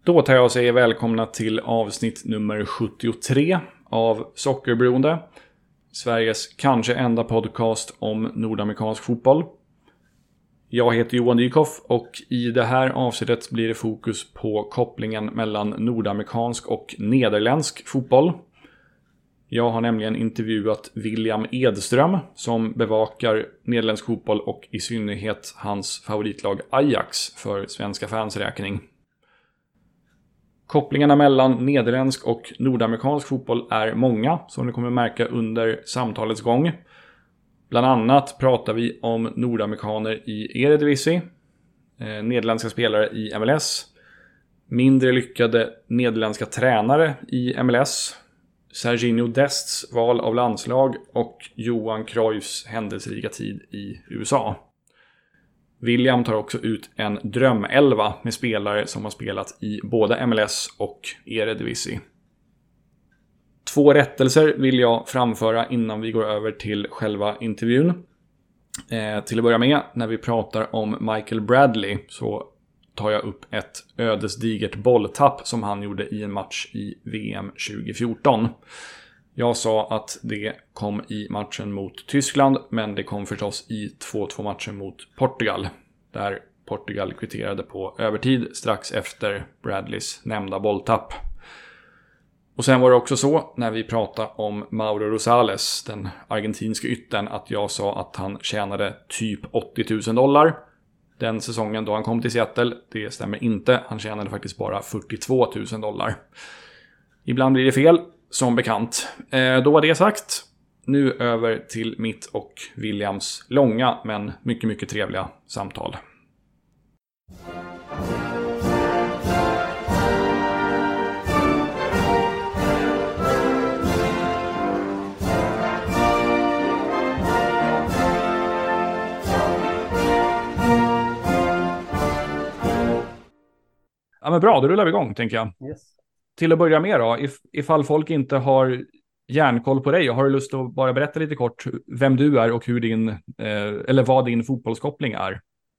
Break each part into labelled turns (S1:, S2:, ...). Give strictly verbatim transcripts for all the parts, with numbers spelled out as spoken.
S1: Då tar jag och säger välkomna till avsnitt nummer sjuttiotre av Sockerberoende. Sveriges kanske enda podcast om nordamerikansk fotboll. Jag heter Johan Dykhoff och i det här avsnittet blir det fokus på kopplingen mellan nordamerikansk och nederländsk fotboll. Jag har nämligen intervjuat William Edström som bevakar nederländsk fotboll och i synnerhet hans favoritlag Ajax för svenska fans räkning. Kopplingarna mellan nederländsk och nordamerikansk fotboll är många, som ni kommer märka under samtalets gång. Bland annat pratar vi om nordamerikaner i Eredivisie, eh, nederländska spelare i M L S, mindre lyckade nederländska tränare i M L S, Serginho Dests val av landslag och Johan Cruyffs händelserika tid i U S A. William tar också ut en drömelva med spelare som har spelat i både M L S och Eredivisie. Två rättelser vill jag framföra innan vi går över till själva intervjun. Eh, till att börja med, när vi pratar om Michael Bradley så tar jag upp ett ödesdigert bolltapp som han gjorde i en match i V M tjugo fjorton. Jag sa att det kom i matchen mot Tyskland, men det kom förstås i två två matchen mot Portugal. Där Portugal kvitterade på övertid strax efter Bradleys nämnda bolltapp. Och sen var det också så, när vi pratade om Mauro Rosales, den argentinska yttern, att jag sa att han tjänade typ åttio tusen dollar. Den säsongen då han kom till Seattle, det stämmer inte. Han tjänade faktiskt bara fyrtiotvå tusen dollar. Ibland blir det fel, som bekant. Eh, då var det sagt. Nu över till mitt och Williams långa men mycket mycket trevliga samtal. Ja, men bra, då rullar vi igång, tänker jag.
S2: Yes.
S1: Till att börja med då, if, ifall folk inte har järnkoll på dig, har du lust att bara berätta lite kort vem du är och hur din, eh, eller vad din fotbollskoppling är?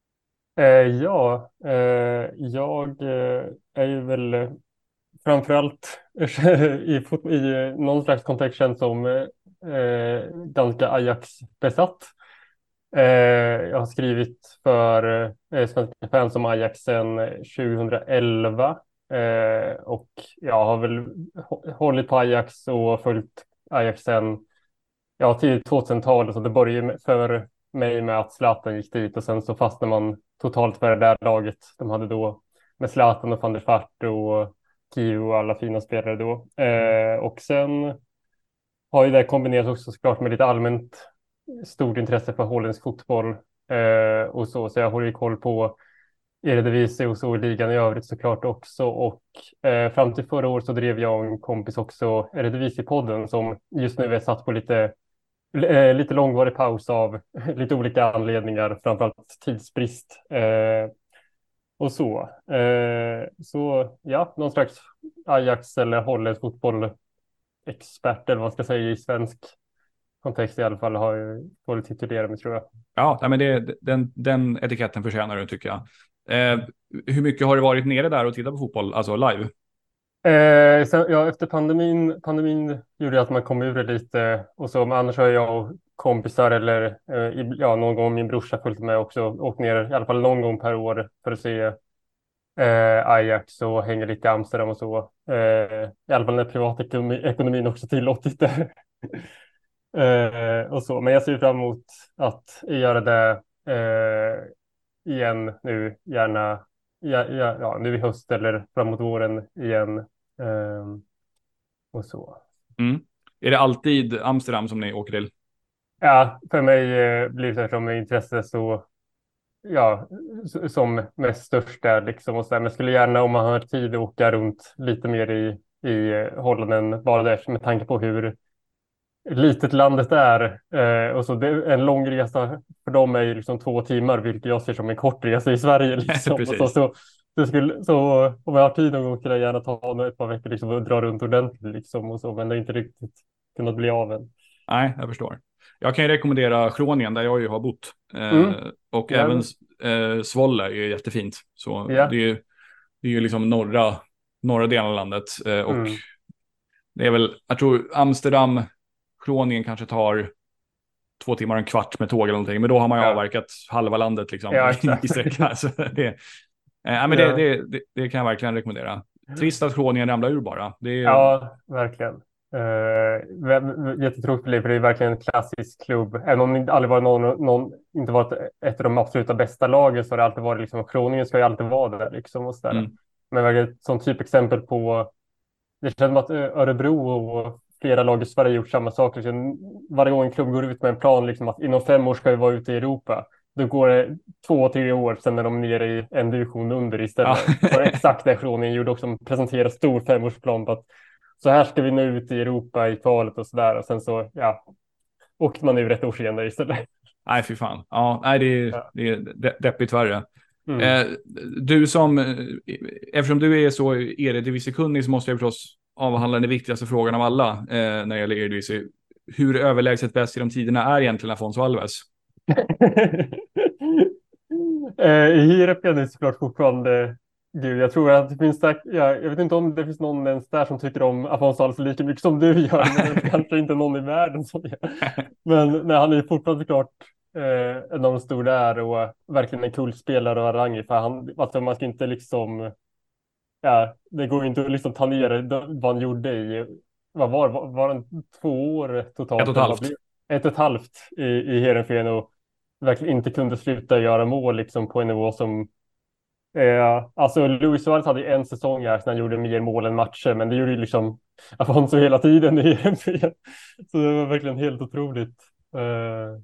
S2: Eh, ja, eh, jag eh, är ju väl eh, framförallt i, fot- i någon slags kontext känd som eh, ganska Ajax-besatt. Eh, jag har skrivit för eh, svenska fans om Ajax sedan tjugoelva. Eh, och jag har väl hållit på Ajax och följt Ajax sedan ja, tidigt tvåtusentalet. Så det började för mig med att Zlatan gick dit och sen så fastnade man totalt för det där laget. De hade då med Zlatan och van der Vaart och Kio och alla fina spelare då. Eh, och sen har ju det kombinerats också såklart med lite allmänt stort intresse för holländsk fotboll eh, och så. Så jag håller ju koll på Eredivisie och så i ligan i övrigt såklart också. Och eh, fram till förra året så drev jag och en kompis också Eredivisie-podden som just nu är satt på lite, eh, lite långvarig paus av lite olika anledningar, framförallt tidsbrist eh, och så. Eh, så ja, någon slags Ajax eller holländsk fotbollexpert eller vad man ska säga i svensk kontext i alla fall har jag fått titulera mig, tror jag.
S1: Ja, men det, den, den etiketten förtjänar du, tycker jag. Eh, hur mycket har du varit nere där och tittat på fotboll, alltså live?
S2: Eh, sen, ja, efter pandemin, pandemin gjorde att man kom ur det lite och så, men annars har jag och kompisar eller eh, ja, någon gång min brorsa följt med också, åkt ner i alla fall någon gång per år för att se eh, Ajax och hänga lite i Amsterdam och så. Eh, I alla fall när privatekonomin också tillåtit det. eh, och så. Men jag ser fram emot att göra det eh, igen nu, gärna ja, ja, ja, nu i höst eller framåt våren igen um, och så.
S1: Mm. Är det alltid Amsterdam som ni åker till?
S2: Ja, för mig eh, blir det som intresse så ja, som mest störst där liksom och så där. Men skulle gärna om man har tid åka runt lite mer i, i Holland än bara där med tanke på hur litet landet är. Eh, och så det, en lång resa för dem är ju liksom två timmar, vilket jag ser som en kort resa i Sverige. Liksom. och så, så, det skulle, så om jag har tid någon gång skulle jag gärna ta ett par veckor liksom, och dra runt ordentligt. Liksom, och så, men det är inte riktigt kunnat bli av än.
S1: Nej, jag förstår. Jag kan ju rekommendera Groningen där jag ju har bott. Eh,
S2: Mm.
S1: och
S2: Ja.
S1: även eh, Zwolle är jättefint. Så
S2: Ja.
S1: det är ju det är ju liksom norra, norra delen av landet. Eh, och
S2: Mm.
S1: det är väl, jag tror Amsterdam, Groningen kanske tar två timmar och en kvart med tåg eller någonting. Men då har man ju
S2: Ja.
S1: avverkat halva landet liksom
S2: Ja,
S1: i,
S2: exakt.
S1: i sträcka. Så det, eh, men
S2: Ja.
S1: det, det, det, det kan jag verkligen rekommendera. Trist att Groningen ramlar ur bara. Det är,
S2: Ja, verkligen. Uh, jättetråkigt för det är verkligen en klassisk klubb. Även om det aldrig varit någon, någon, inte varit ett av de absoluta bästa lagen så har det alltid varit liksom, Groningen ska ju alltid vara där liksom och sådär.
S1: Mm.
S2: Men verkligen ett sånt typexempel på, det känns som att Örebro och flera lag i Sverige gjort samma sak. Liksom, varje gång en klubb går ut med en plan liksom, att inom fem år ska vi vara ute i Europa. Då går det två, tre år, sen är de nere i en division under istället.
S1: Ja.
S2: Så exakt det Groningen gjorde också, presentera stor femårsplan på att så här ska vi nu ut i Europa i kvalet och sådär. Och sen så, ja, åkte man ur ett år senare istället.
S1: Nej, fy fan. Ja, nej, det är,
S2: Ja.
S1: det är de- deppigt värre.
S2: Mm.
S1: Eh, du som, eh, eftersom du är så eredivisie-kunnig så måste jag förstås avhandla den viktigaste frågan av alla eh, när det gäller eredivisie. Hur överlägset bäst i de tiderna är egentligen Afonso Alves?
S2: eh, I Hirepien är såklart fortfarande, gud, jag tror att det finns, ja, jag vet inte om det finns någon ens där som tycker om Afonso Alves lika mycket som du gör, men det är kanske inte någon i världen som gör. Men nej, han är fortfarande såklart eh, en av de stora där och verkligen en kultspelare och harang för han, alltså man ska inte liksom, ja, det går inte att liksom ta ner det, vad han gjorde i, vad var var, var det två år totalt?
S1: Ett och ett halvt.
S2: Ett och ett halvt i, i Heerenveen och verkligen inte kunde sluta göra mål liksom på en nivå som eh, alltså Luis Suarez hade en säsong här när han gjorde mer mål än matcher, men det gjorde ju liksom Afonso hela tiden i Heerenveen. Så det var verkligen helt otroligt. Eh,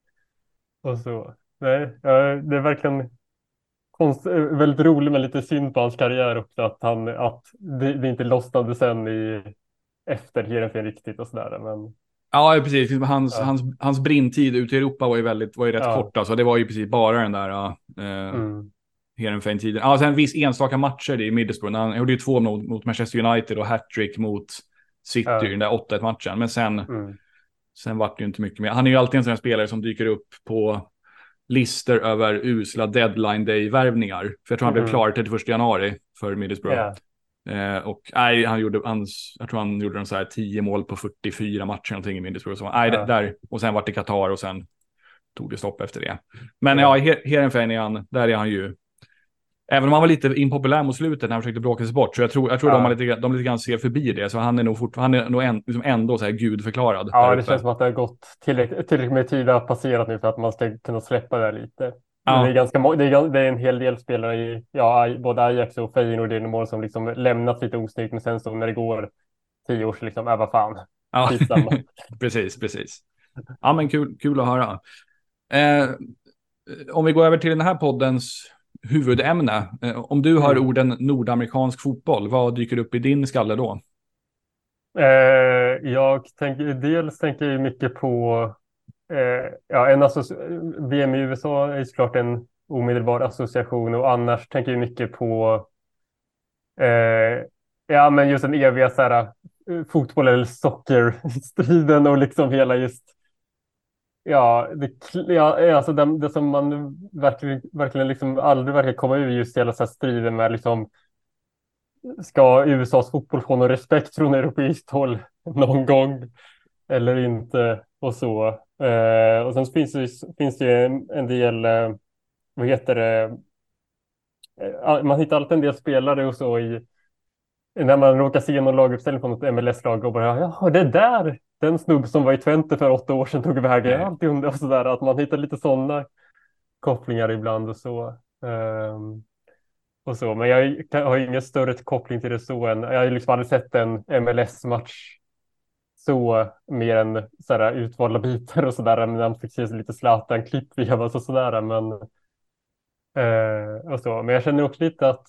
S2: och så. Nej, ja, det är verkligen konst, väldigt roligt men lite synd på hans karriär också att han att det, det inte lossnade sen i efter Heerenveen riktigt och sådär, men
S1: Ja, precis. Hans,
S2: ja.
S1: hans, hans brintid ute i Europa var ju, väldigt, var ju rätt
S2: Ja.
S1: kort. Alltså. Det var ju precis bara den där uh,
S2: Mm.
S1: Heerenveen-tiden. Ja, sen viss enstaka matcher i Middlesbrough. Han gjorde ju två mot, mot Manchester United och hattrick mot City
S2: Ja.
S1: i den där åtta ett-matchen. Men sen,
S2: Mm.
S1: sen var det ju inte mycket mer. Han är ju alltid en sån här spelare som dyker upp på listor över usla deadline day-värvningar. För jag tror han blev
S2: Mhm.
S1: klar trettioförsta januari för Middlesbrough.
S2: Ja.
S1: Eh, och nej, han gjorde, hans, jag tror han gjorde en så här tio mål på fyrtiofyra matcher någonting i Middlesbrough. Så, nej,
S2: Ja.
S1: där, och sen var det Qatar och sen tog det stopp efter det. Men
S2: Ja.
S1: ja, i Heerenveen är han, där är han ju. Även om han var lite impopulär mot slutet när han försökte bråka sig bort. Så jag tror, jag tror
S2: Ja.
S1: de, har lite, de lite grann ser förbi det. Så han är nog, fort, han är nog en, liksom ändå så här gudförklarad.
S2: Ja,
S1: där
S2: det
S1: uppe.
S2: känns som att det har gått tillräckligt, tillräckligt med tid har passerat nu för att man ska kunna släppa det lite.
S1: Ja.
S2: Det är ganska må- det är, gan- det är en hel del spelare i ja, Aj- både Ajax och Feyenoord i mål som liksom lämnat lite osnyggt, men sen så när det går tio år så liksom, äh, vad fan.
S1: Ja,
S2: Skitsamma.
S1: precis, precis. Ja, men kul, kul att höra. Eh, om vi går över till den här poddens huvudämne. Eh, om du har
S2: Mm.
S1: orden nordamerikansk fotboll, vad dyker upp i din skalle då?
S2: Eh, jag tänker dels tänker jag mycket på eh, ja, en associ- V M i U S A är såklart en omedelbar association och annars tänker jag mycket på eh, ja, men just den eviga så här, eh, fotboll eller soccerstriden och liksom hela just ja, det, ja alltså det, det som man verkligen, verkligen liksom aldrig verkar komma ur just hela så här striden med liksom ska U S As fotboll få någon respekt från europeiskt håll någon gång eller inte och så. Eh, och sen finns det, finns det ju en, en del, eh, vad heter det, eh, man hittar alltid en del spelare och så i, när man råkar se någon laguppställning på något M L S-lag och bara, ja, det där, den snubb som var i Twente för åtta år sedan tog vägen,
S1: Nej.
S2: alltid under och sådär, att man hittar lite sådana kopplingar ibland och så. Um, och så. Men jag kan- har ingen större koppling till det så än, jag har ju liksom aldrig sett en M L S-match så mer än sådär utvalda bitar och sådär, men man fick se lite Zlatan-klipp vevas och sådär, men eh, och så. Men jag känner också lite att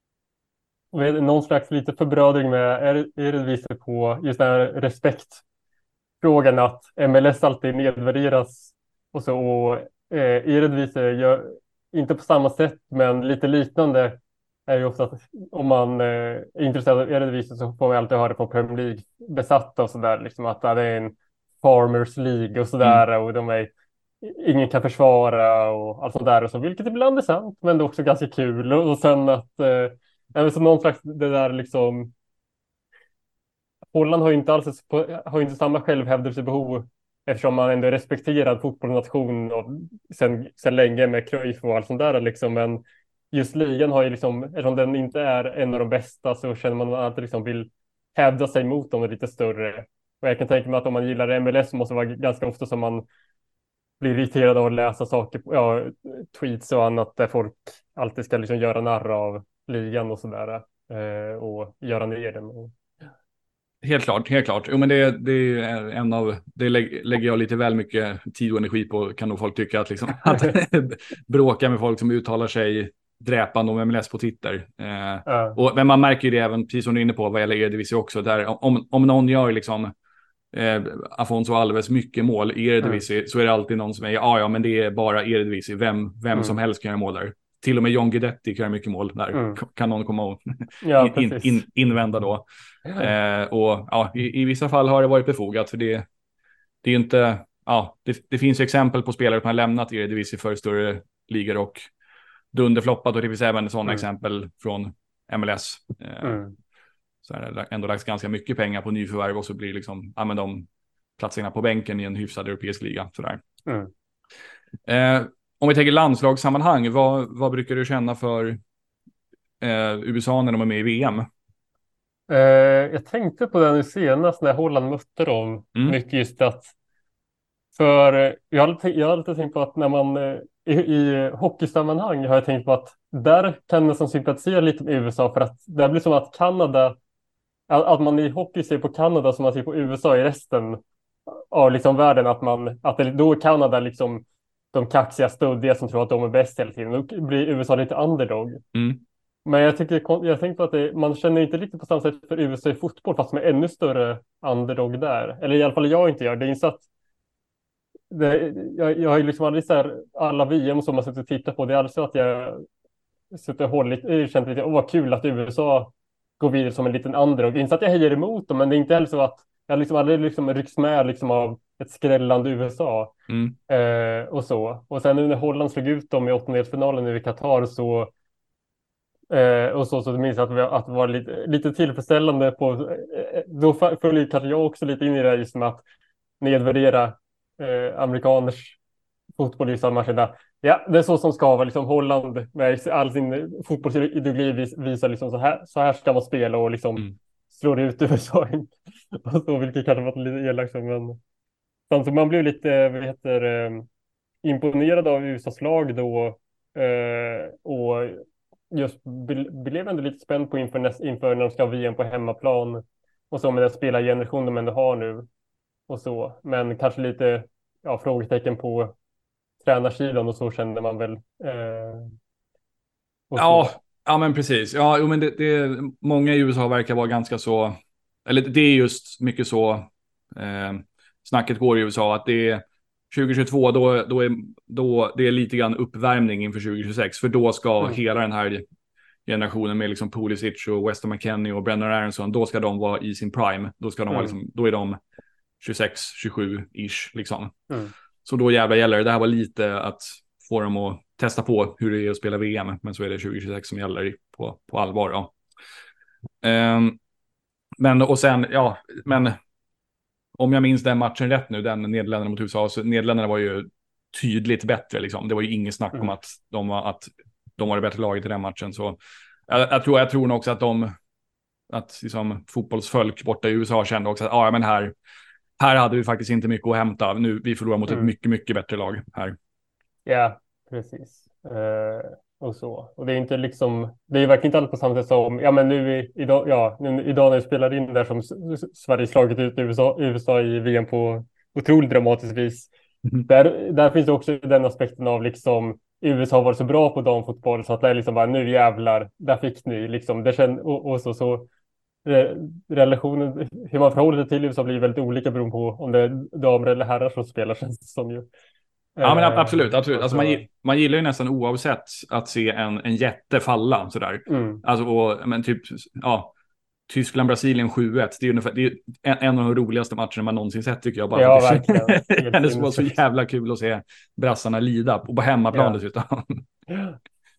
S2: med någon slags lite förbrödring med är, är det visar på just den här respektfrågan att M L S alltid nedvärderas och så, och eh, Eredivisie gör inte på samma sätt men lite liknande är ju ofta att om man eh, är intresserad av Eredivisie så får man alltid höra på Premier League besatta och sådär, liksom att det är en Farmers League och sådär, och de är ingen kan försvara och allt sånt där och så, vilket ibland är sant men det är också ganska kul, och sen att eh, Även som någon slags det där liksom. Holland har ju inte alls har ju inte samma självhävdelsebehov eftersom man ändå är respekterad fotbollsnation och sen, sen länge med Cruyff och allt sånt där liksom. Men just ligan har ju liksom, eftersom den inte är en av de bästa så känner man att man liksom vill hävda sig mot dem lite större. Och jag kan tänka mig att om man gillar M L S så måste det vara ganska ofta som man blir irriterad av att läsa saker, ja, tweets och annat där folk alltid ska liksom göra narr av ligan och sådär eh, och göra ner den.
S1: Helt klart, helt klart. Jo, men det, det är en av, det lägger jag lite väl mycket tid och energi på, kan nog folk tycka, att, liksom, att bråka med folk som uttalar sig dräpande om M L S på Twitter. Eh, uh. och, men man märker ju det även, precis som du är inne på, vad gäller Eredivisie också, där om, om någon gör liksom eh, Afonso Alves mycket mål i Eredivisie uh. så är det alltid någon som är, ja ja, men det är bara Eredivisie, vem, vem uh. som helst kan göra mål där. Till och med John Guidetti kan göra mycket mål där, uh. kan någon komma och
S2: ja,
S1: in, in, invända då. Eh, och ja, i, i vissa fall har det varit befogat, för det, det är inte, ja, det, det finns exempel på spelare som har lämnat Eredivisie för större ligor och dunderfloppat, och det finns även sådana mm. exempel från M L S. Eh, mm. Så är det ändå lagts ganska mycket pengar på nyförvärv och så blir liksom, ja, men de platserna på bänken i en hyfsad europeisk liga. Sådär. Mm. Eh, om vi tänker landslagssammanhang, vad, vad brukar du känna för eh, U S A när de är med i V M?
S2: Uh, jag tänkte på det nu senast när Holland mötte dem. Mm. Mycket just att för jag har alltid, jag har alltid tänkt på att när man uh, i, i hockeysammanhang har jag tänkt på att där kan man som sympatisera lite med U S A, för att det blir som att Kanada, att, att man i hockey ser på Kanada som man ser på U S A i resten av liksom världen, att man att det, då är Kanada liksom de kaxiga stöddiga som tror att de är bäst hela tiden. Då blir U S A lite underdog. Mm. Men jag tycker, jag tänkte på att det, man känner inte riktigt på samma sätt för U S A i fotboll, fast med ännu större underdog där. Eller i alla fall jag inte gör. Det är inte så att det, jag, jag har ju liksom aldrig så här, alla V M som man suttit och tittat på. Det är aldrig så att jag suttit och hållit, känt lite, åh vad kul att U S A går vidare som en liten underdog. Det är inte så att jag hejar emot dem, men det är inte heller så att jag liksom aldrig liksom rycks med liksom av ett skrällande U S A. Mm. Eh, och så. Och sen nu när Holland slog ut dem i åttondelsfinalen nu i Qatar så Eh, och så, så det minns jag att, vi, att det var lite, lite tillfredsställande på, eh, då följer kanske jag också lite in i det här just med att nedvärdera eh, amerikaners fotboll i samma matcher. Ja, det är så som ska vara, liksom Holland med all sin fotbollsideologi vis, visar liksom så här, så här ska man spela och liksom mm. slår ut U S A. Och så, vilket kanske var lite elakt, men så man blev lite, vad heter, eh, imponerad av U S A:s lag då eh, och just blev ändå lite spänd på inför, näst, inför när de ska ha V M på hemmaplan och så med den spelargeneration de ändå har nu och så. Men kanske lite ja, frågetecken på tränarsidan och så kände man väl. Eh,
S1: ja, ja, men precis. Ja, men det, det, många i U S A verkar vara ganska så, eller det är just mycket så eh, snacket går i U S A att det är tjugohundratjugotvå, då, då, är, då det är lite grann uppvärmning inför tjugohundratjugosex, för då ska mm. hela den här generationen med liksom Pulisic och Weston McKennie och Brendan Aronson, då ska de vara i sin prime. Då ska de mm. vara liksom, då är de tjugosex tjugosju-ish liksom. Mm. Så då jävla gäller det. Det här var lite att få dem att testa på hur det är att spela V M, men så är det tjugohundratjugosex som gäller på, på allvar. Ja. Um, men och sen, ja, men om jag minns den matchen rätt nu, den Nederländerna mot U S A, så Nederländerna var ju tydligt bättre liksom. Det var ju inget snack mm. om att de var, att de var det bättre laget i den matchen. Så jag, jag tror jag tror nog också att de att liksom, fotbollsfolk borta i U S A kände också att ah, men här, här hade vi faktiskt inte mycket att hämta. Nu, vi förlorar mot mm. ett mycket, mycket bättre lag här.
S2: Ja, precis. Uh, och så. Och det är inte liksom, det är verkligen inte alls på samma sätt som, ja men nu i, idag, ja, nu, idag när vi spelar in där som Sverige slagit ut U S A, U S A i V M på otroligt dramatiskt vis. Mm. Där, där finns det också den aspekten av liksom U S A har varit så bra på damfotboll så att det är liksom bara nu jävlar, där fick ni liksom, det känns, och, och så, så re, relationen, hur man förhåller sig till U S A blir väldigt olika beroende på om det är damer eller herrar som spelar, känns det som ju.
S1: Ja, men absolut, absolut. Alltså man, man gillar ju nästan oavsett att se en, en jätte falla sådär. Mm. Alltså, och, men typ, ja, Tyskland-Brasilien sju ett, det är, ungefär, det är en, en av de roligaste matcherna man någonsin sett tycker jag. Bara
S2: ja,
S1: verkligen. Det skulle vara så jävla kul att se brassarna lida, och på hemmaplan ja. dessutom.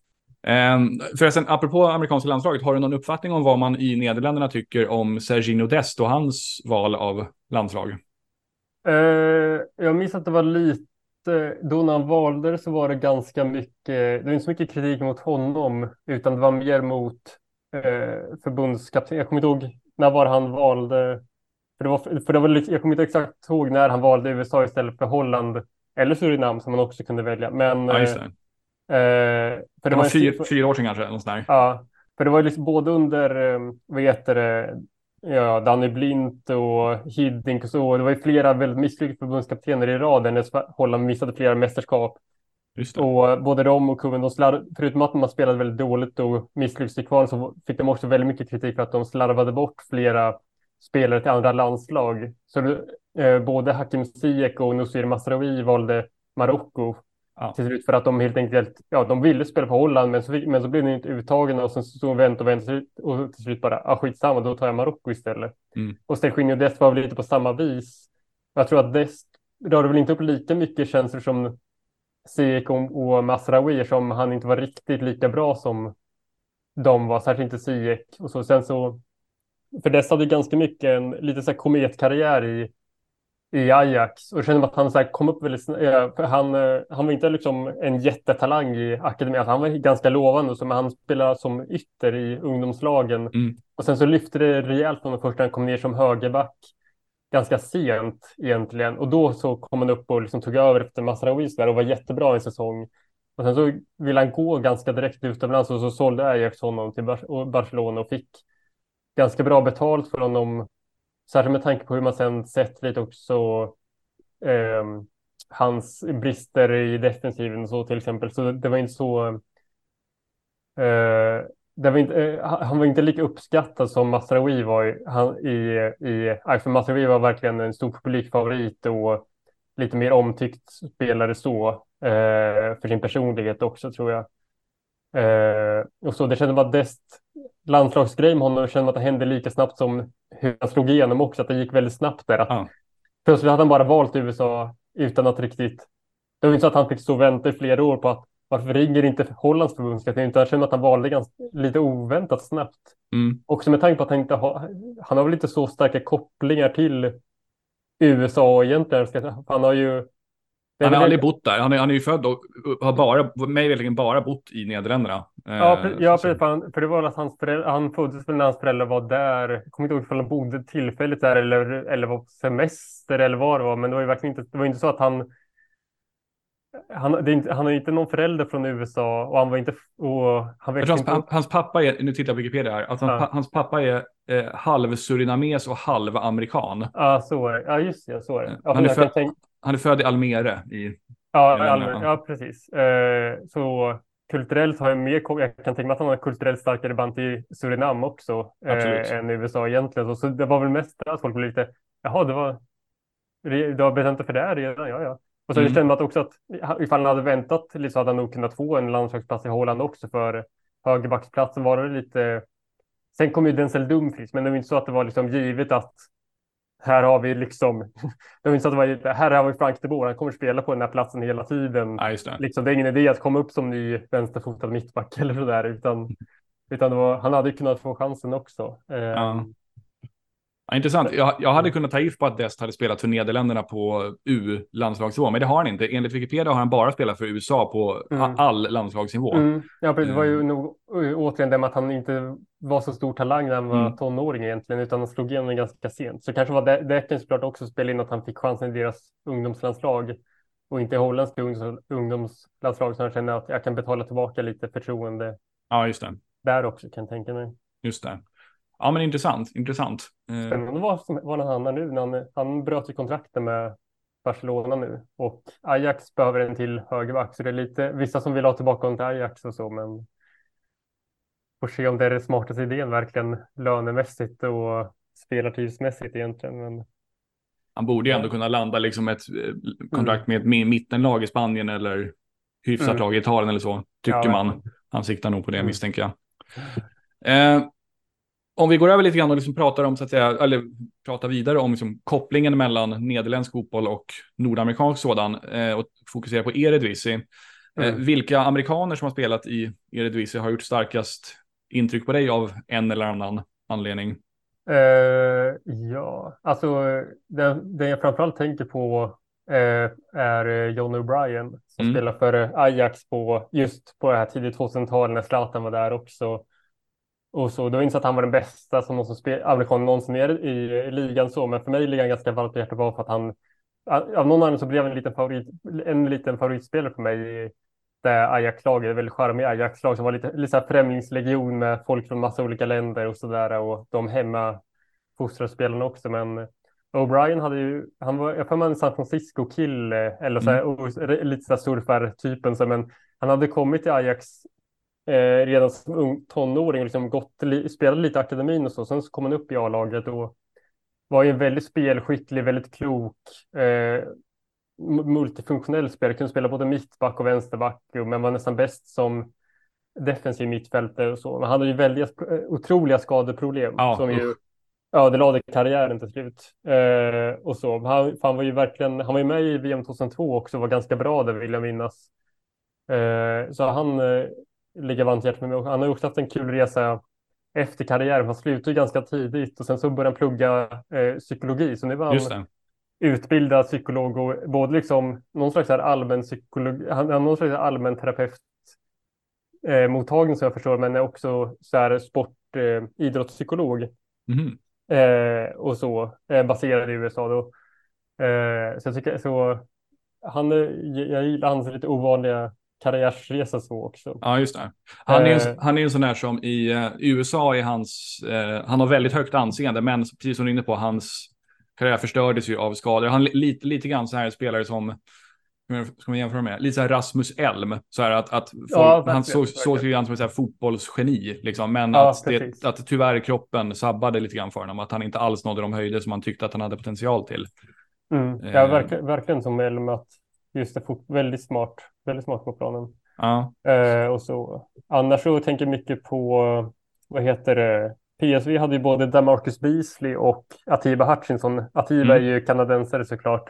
S1: Um, förresten, apropå amerikanska landslaget, har du någon uppfattning om vad man i Nederländerna tycker om Serginho Dest och hans val av landslag?
S2: Uh, jag minns att det var lite, då när han valde så var det ganska mycket, det var inte så mycket kritik mot honom, utan det var mer mot uh, förbundskapten. Jag kommer inte ihåg, när var han valde, för det var, för det var, jag kommer inte exakt ihåg när han valde U S A istället för Holland, eller Surinam som man också kunde välja. Men,
S1: ja, just det.
S2: Uh, för
S1: det, det var, var fyra, fyra år sedan kanske, någon sån där.
S2: Ja, för det var liksom både under, vad heter det, ja, Danny Blint och Hiddink och så. Det var ju flera väldigt misslyckade förbundskaptener i raden när Holland missade flera mästerskap.
S1: Just det.
S2: Och både de och Kuben, de slarv, förutom att man spelade väldigt dåligt och misslyckades i kvar, så fick de också väldigt mycket kritik för att de slarvade bort flera spelare till andra landslag. Så eh, både Hakim Ziyech och Nosir Mazraoui valde Marocko. Ja. Till slut för att de helt enkelt, ja, de ville spela på Holland, men så, men så blev de inte uttagna och sen så vänt och vänt och till slut bara, ah, skitsamma, då tar jag Marocko istället.
S1: Mm. Och
S2: Serginho Dest var väl lite på samma vis. Jag tror att Dest rörde väl inte upp lika mycket känslor som Ziyech och, och Mazraoui, som han inte var riktigt lika bra som de var, särskilt inte Ziyech. Och så sen så, för Dest hade ganska mycket en lite så här kometkarriär i i Ajax, och kände att han så här kom upp väldigt snabbt. Han, han var inte liksom en jättetalang i akademin, han var ganska lovande, så han spelade som ytter i ungdomslagen.
S1: Mm.
S2: Och sen så lyfte det rejält från första han kom ner som högerback ganska sent egentligen, och då så kom han upp och liksom tog över efter Mazraoui där och var jättebra en säsong. Och sen så ville han gå ganska direkt utomlands, och så sålde Ajax honom till Barcelona och fick ganska bra betalt för honom. Särskilt med tanke på hur man sen sett lite också eh, hans brister i defensiven och så till exempel. Så det var inte så... Eh, det var inte, eh, han var inte lika uppskattad som Mazraoui var. Han, i, i, för Mazraoui var verkligen en stor publikfavorit och lite mer omtyckt spelare så. Eh, för sin personlighet också, tror jag. Eh, och så det kändes bara Dest landslagsgrej med honom, och kände att det hände lika snabbt som hur han slog igenom också, att det gick väldigt snabbt där. Att
S1: ja.
S2: Plötsligt hade han bara valt U S A utan att riktigt, det var inte så att han fick stå och vänta i flera år på att varför ringer inte Hollands förbundskapten, utan jag kände att han valde ganska lite oväntat snabbt.
S1: Mm.
S2: Också med tanke på att han inte har, han har väl inte så starka kopplingar till U S A egentligen. Han har ju
S1: Han har aldrig bott där. Han är, han är ju född och har bara, mig verkligen bara bott i Nederländerna.
S2: Ja, pre- ja precis. För, han, för det var att hans föräldrar, han föddes när hans föräldrar var där. Jag kommer inte ihåg om han bodde tillfälligt där eller, eller var på semester eller vad det var. Men det var ju verkligen inte, det var inte så att han... Han, det är inte, han är inte någon förälder från U S A och han var inte... Och han
S1: jag tror hans, hans, hans pappa är, nu tittar jag på Wikipedia här, att han,
S2: ja.
S1: hans pappa är eh, halv surinames och halv amerikan.
S2: Ja, så är det. Ja, just det, så är det. Ja,
S1: han, är född,
S2: tänka...
S1: han är född i Almere i...
S2: Ja, i Almere, ja, precis. Eh, så kulturellt har jag mer... Jag kan tänka mig att han har kulturellt starkare band till Surinam också eh, än U S A egentligen. Så, så det var väl mest att folk blev lite... Jaha, det var... Du har bestämt för det här redan, ja, ja. Och så mm. kände man också att ifall han hade väntat lite så hade han nog kunnat få en landslagsplats i Holland också, för högerbacksplatsen var det lite... Sen kom ju Denzel Dumfries, men det var inte så att det var liksom givet att här har vi liksom... Det var inte så att det var här har vi Frank de Boer, han kommer spela på den här platsen hela tiden.
S1: Ja, just det.
S2: Liksom, det är ingen idé att komma upp som ny vänsterfotad mittback eller sådär, utan, utan det var, han hade kunnat få chansen också.
S1: Ja. Ja, intressant. Jag, jag hade kunnat ta if på att Dest hade spelat för Nederländerna på U-landslagsnivå, men det har han inte. Enligt Wikipedia har han bara spelat för U S A på mm. all landslagsnivå.
S2: Mm. Ja, precis. Det var ju nog återigen det med att han inte var så stor talang när han var mm. tonåring egentligen, utan han slog igenom ganska sent. Så kanske var det, det kan såklart också spela in att han fick chansen i deras ungdomslandslag och inte i holländska ungdoms, ungdomslandslag, så han känner att jag kan betala tillbaka lite förtroende.
S1: Ja, just det.
S2: Där också, kan jag tänka mig.
S1: Just det. Ja, men intressant, intressant.
S2: Spännande vad, vad han hamnar nu. När han, han bröt ju kontrakten med Barcelona nu. Och Ajax behöver en till högerback. Så det är lite, vissa som vill ha tillbaka honom till Ajax och så. Men får se om det är den smartaste idén verkligen lönemässigt och spelartidsmässigt egentligen. Men...
S1: Han borde ju ändå kunna landa liksom ett kontrakt med ett mittenlag i Spanien eller hyfsat mm. lag i Italien eller så. Tycker ja, man. Han siktar nog på det, mm. misstänker jag. Eh, Om vi går över lite grann och liksom pratar om, så att säga, eller pratar vidare om liksom kopplingen mellan nederländsk fotboll och nordamerikansk sådan, eh, och fokuserar på Eredivisie. Eh,
S2: Mm.
S1: vilka amerikaner som har spelat i Eredivisie har gjort starkast intryck på dig av en eller annan anledning?
S2: Eh, ja, alltså det, det jag framförallt tänker på eh, är eh, John O'Brien som
S1: Mm.
S2: spelar för eh, Ajax på just på det här tidigt tvåtusentalet när Zlatan var där också. Och så då insåg att han var den bästa som någonsin spel, amerikan någonsin är i, i ligan så. Men för mig ligger han ganska varmt på hjärtat bara för att han av någon anledning så blev han en liten favorit, en liten favoritspelare för mig i det Ajax-laget, väldigt charmig Ajax-lag som var lite, lite så här främlingslegion med folk från massa olika länder och sådär och de hemma fostrade spelarna också. Men O'Brien hade ju, han var, jag får man en San Francisco-kille eller så här,
S1: Mm.
S2: och, lite så här surfar-typen, så, men han hade kommit till Ajax eh, redan som ung tonåring och liksom gått, li, spelade lite i akademin och så. Sen så kom han upp i A-laget och var ju en väldigt spelskicklig, väldigt klok, eh, multifunktionell spelare. Kunde spela både mittback och vänsterback, men var nästan bäst som defensiv mittfältare och så. Men han hade ju väldigt otroliga skadeproblem
S1: Ja,
S2: som ju
S1: usch.
S2: ödelade karriären till slut. Eh, och så. Han, han var ju verkligen, han var ju med i V M tjugohundratvå också, var ganska bra där vill jag minnas. Eh, så han eh, ligger varmt hjärtat med mig. Han har också haft en kul resa efter karriären. Han slutade ju ganska tidigt och sen så började han plugga eh, psykologi. Så nu var
S1: Just
S2: han
S1: det.
S2: utbildad psykolog och både liksom någon slags här allmän psykolog, han har någon slags allmän terapeut eh, mottagning som jag förstår, men är också så här sport, eh, idrottspsykolog
S1: Mhm.
S2: eh, och så eh, baserad i U S A då. Eh, så jag tycker så han, är- jag gillar hans lite ovanliga karriärsresa så också.
S1: Ja, just det. Han är,
S2: Eh,
S1: en, han är en sån där som i eh, i U S A är hans, eh, han har väldigt högt anseende, men precis som du är inne på, hans karriär förstördes ju av skador. Han är lite, lite grann så här spelare som, hur ska man jämföra med? Lite så här Rasmus Elm. Så här att, att folk,
S2: ja,
S1: han
S2: verkligen,
S1: såg så
S2: verkligen.
S1: sig han som ett så här fotbollsgeni, liksom, men
S2: Ja,
S1: att,
S2: precis.
S1: det, att tyvärr kroppen sabbade lite grann för honom, att han inte alls nådde de höjder som han tyckte att han hade potential till.
S2: Mm. Ja,
S1: Eh,
S2: verkligen, verkligen som Elm att just det, fot- väldigt smart, väldigt smart på planen.
S1: ja.
S2: Eh, och så. Annars så tänker jag mycket på, vad heter det, P S V hade ju både DeMarcus Beasley och Atiba Hutchinson. Atiba är
S1: Mm.
S2: ju kanadensare såklart.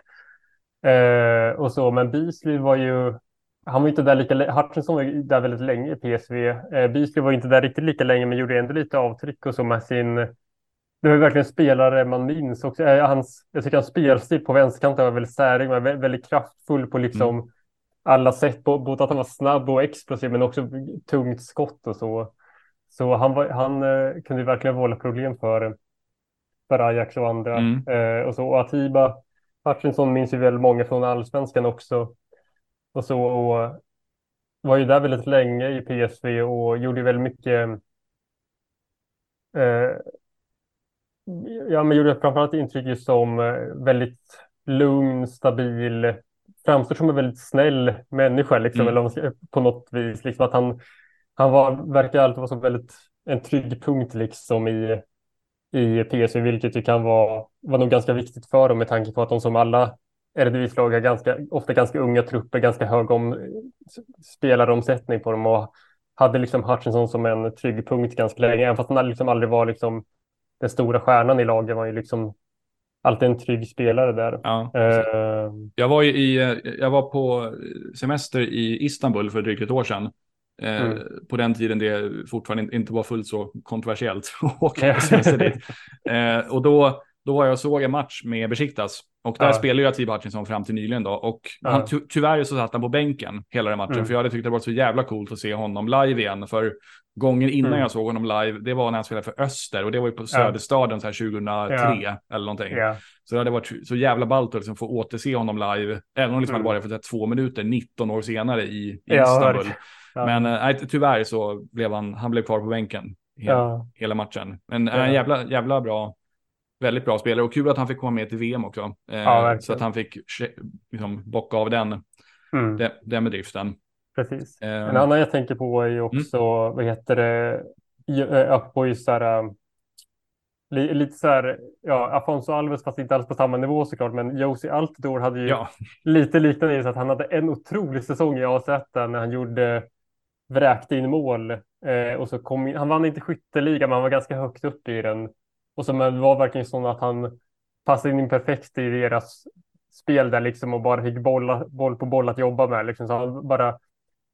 S2: Eh, och så, men Beasley var ju, han var inte där lika länge, Hutchinson var ju där väldigt länge i P S V. Eh, Beasley var inte där riktigt lika länge, men gjorde ändå lite avtryck och så med sin, det var verkligen spelare man minns också. Eh, hans, jag tycker hans spelstil på vänsterkanten var väldigt särig, men vä- väldigt kraftfull på liksom
S1: Mm.
S2: alla sätt, bo- både att han var snabb och explosiv men också tungt skott och så. Så han, var, han eh, kunde ju verkligen vålla problem för, för Ajax och andra.
S1: Mm.
S2: Eh, och så och Atiba Hutchinson minns ju väl många från allsvenskan också. Och så och var ju där väldigt länge i P S V och gjorde väldigt mycket. Eh, ja, men gjorde framförallt intryck just som eh, väldigt lugn, stabil, framstår som en väldigt snäll människa liksom,
S1: Mm.
S2: eller om man ska- på något vis. Liksom att han Han var, verkar alltid vara så väldigt en trygg punkt liksom i, i P S V, vilket ju kan vara, var nog ganska viktigt för dem med tanke på att de som alla Eredivisie-lag är ganska, ofta ganska unga trupper, ganska hög om, spelaromsättning på dem och hade liksom Hutchinson som en trygg punkt ganska länge, även fast han liksom aldrig var liksom den stora stjärnan i laget, var ju liksom alltid en trygg spelare där.
S1: Ja.
S2: Eh,
S1: Jag var, ju i, jag var på semester i Istanbul för drygt ett år sedan. Eh,
S2: mm.
S1: På den tiden det fortfarande inte var fullt så kontroversiellt att åka på semester dit. Eh, och då, då var jag och såg en match med Besiktas. Och där
S2: Ja,
S1: spelade jag Atiba Hutchinson fram till nyligen då. Och han,
S2: ja,
S1: ty tyvärr så satt han på bänken hela den matchen.
S2: mm,
S1: För jag hade tyckt det var så jävla coolt att se honom live igen. För gången innan
S2: mm,
S1: jag såg honom live, det var när han spelade för Öster. Och det var ju på
S2: ja,
S1: Söderstaden så här tjugohundratre
S2: ja,
S1: eller någonting.
S2: ja,
S1: Så det hade varit så jävla ballt att liksom få återse honom live. Även om det liksom hade
S2: mm,
S1: varit för så här två minuter, nitton år senare i, i
S2: ja,
S1: Istanbul.
S2: verkligen. Ja,
S1: Men äh, tyvärr så blev han, han blev kvar på bänken hel,
S2: ja,
S1: hela matchen. Men äh, en
S2: ja,
S1: jävla, jävla bra, väldigt bra spelare. Och kul att han fick komma med till V M också.
S2: ja,
S1: Eh, så att
S2: verkligen.
S1: han fick liksom, bocka av den,
S2: Mm,
S1: den, den bedriften.
S2: precis.
S1: Eh,
S2: En annan jag tänker på är ju
S1: mm,
S2: också, vad heter det, Apoy så här, um, li, lite så här, ja, Afonso Alves fast inte alls på samma nivå såklart, men Josie Altidore hade ju
S1: ja,
S2: lite liknande i så att han hade en otrolig säsong i A Z när han gjorde, vräkte in mål eh, och så kom in, han vann inte skytteliga men han var ganska högt upp i den och så men det var verkligen så att han passade in perfekt i deras spel där liksom och bara fick bolla, boll på boll att jobba med liksom, så han bara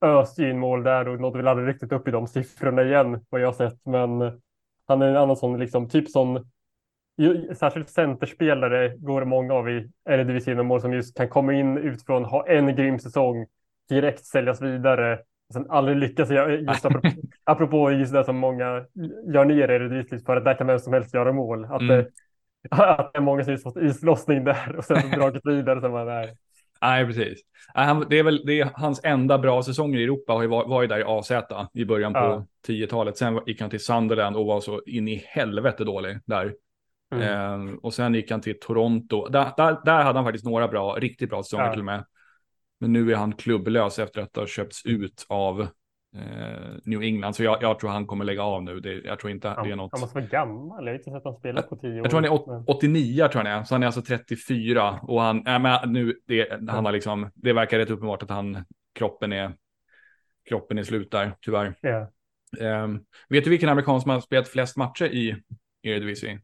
S2: öste in mål där och nådde väl aldrig riktigt upp i de siffrorna igen vad jag har sett. Men han är en annan sån, liksom, typ sån, ju, särskilt centerspelare går det många av i Eredivisie-mål som just kan komma in utifrån, ha en grym säsong, direkt säljas vidare och sen aldrig lyckas. Just apropå, apropå just det som många gör ner i Eredivisie för att där kan vem som helst göra mål. Att,
S1: Mm.
S2: det, att det är många som har fått islossning där och sen så dragit vidare som man är.
S1: Nej, precis. Nej, han, det är väl det är hans enda bra säsonger i Europa har ju var, var ju där i A Z i början på
S2: Ja.
S1: tio-talet. Sen gick han till Sunderland och var så in i helvete dålig där.
S2: Mm.
S1: Eh, och sen gick han till Toronto. Där, där, där hade han faktiskt några bra, riktigt bra säsonger
S2: Ja.
S1: till och med. Men nu är han klubblös efter att ha köpts ut av eh, New England. Så jag, jag tror han kommer lägga av nu. Det, jag tror inte
S2: Han,
S1: det är något.
S2: han måste vara gammal. Jag har inte sett han spela på tio år.
S1: Jag tror han är åt-
S2: Men-
S1: åttionio tror jag han är. Så han är alltså trettiofyra. Och han, äh, men nu, det, han har liksom, det verkar rätt uppenbart att han, kroppen är, kroppen är slut där, tyvärr.
S2: Ja.
S1: Um, vet du vilken amerikan som har spelat flest matcher i Eredivisie?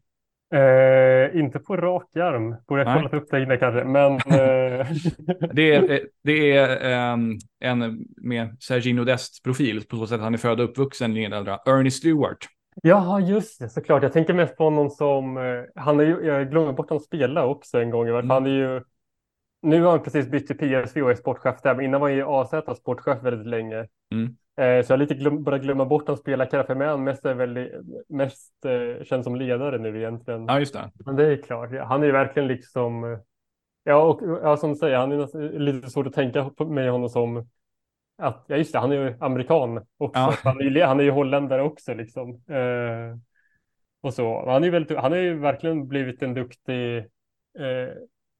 S2: Eh, inte på rak arm. Borde jag
S1: Nej.
S2: kollat upp det innan kanske. Men eh,
S1: Det är, eh, det är um, en med Sergino Dest profil på så sätt att han är född och uppvuxen i Nederländerna. Ernie Stewart.
S2: ja, just det, såklart. Jag tänker mest på honom som, eh, han är ju, jag glömde bort att han spelade också en gång. I varje fall. Han är ju, nu har han precis bytt till P S V och är sportchef där, men innan var han ju A Z sportchef väldigt länge.
S1: Mm.
S2: Eh, så jag har lite glöm, börjat glömma bort hans spelarkarriär, men han mest är väldigt, mest eh, känns som ledare nu egentligen.
S1: Ja, just det.
S2: Men det är klart, ja, han är ju verkligen liksom, eh, ja, och ja, som du säger, han är nästan lite svårt att tänka på med honom som att, ja just det, han är ju amerikan också.
S1: Ja.
S2: Han, är ju, han är ju holländare också liksom. Eh, och så. Han är ju väldigt, han har ju verkligen blivit en duktig, eh,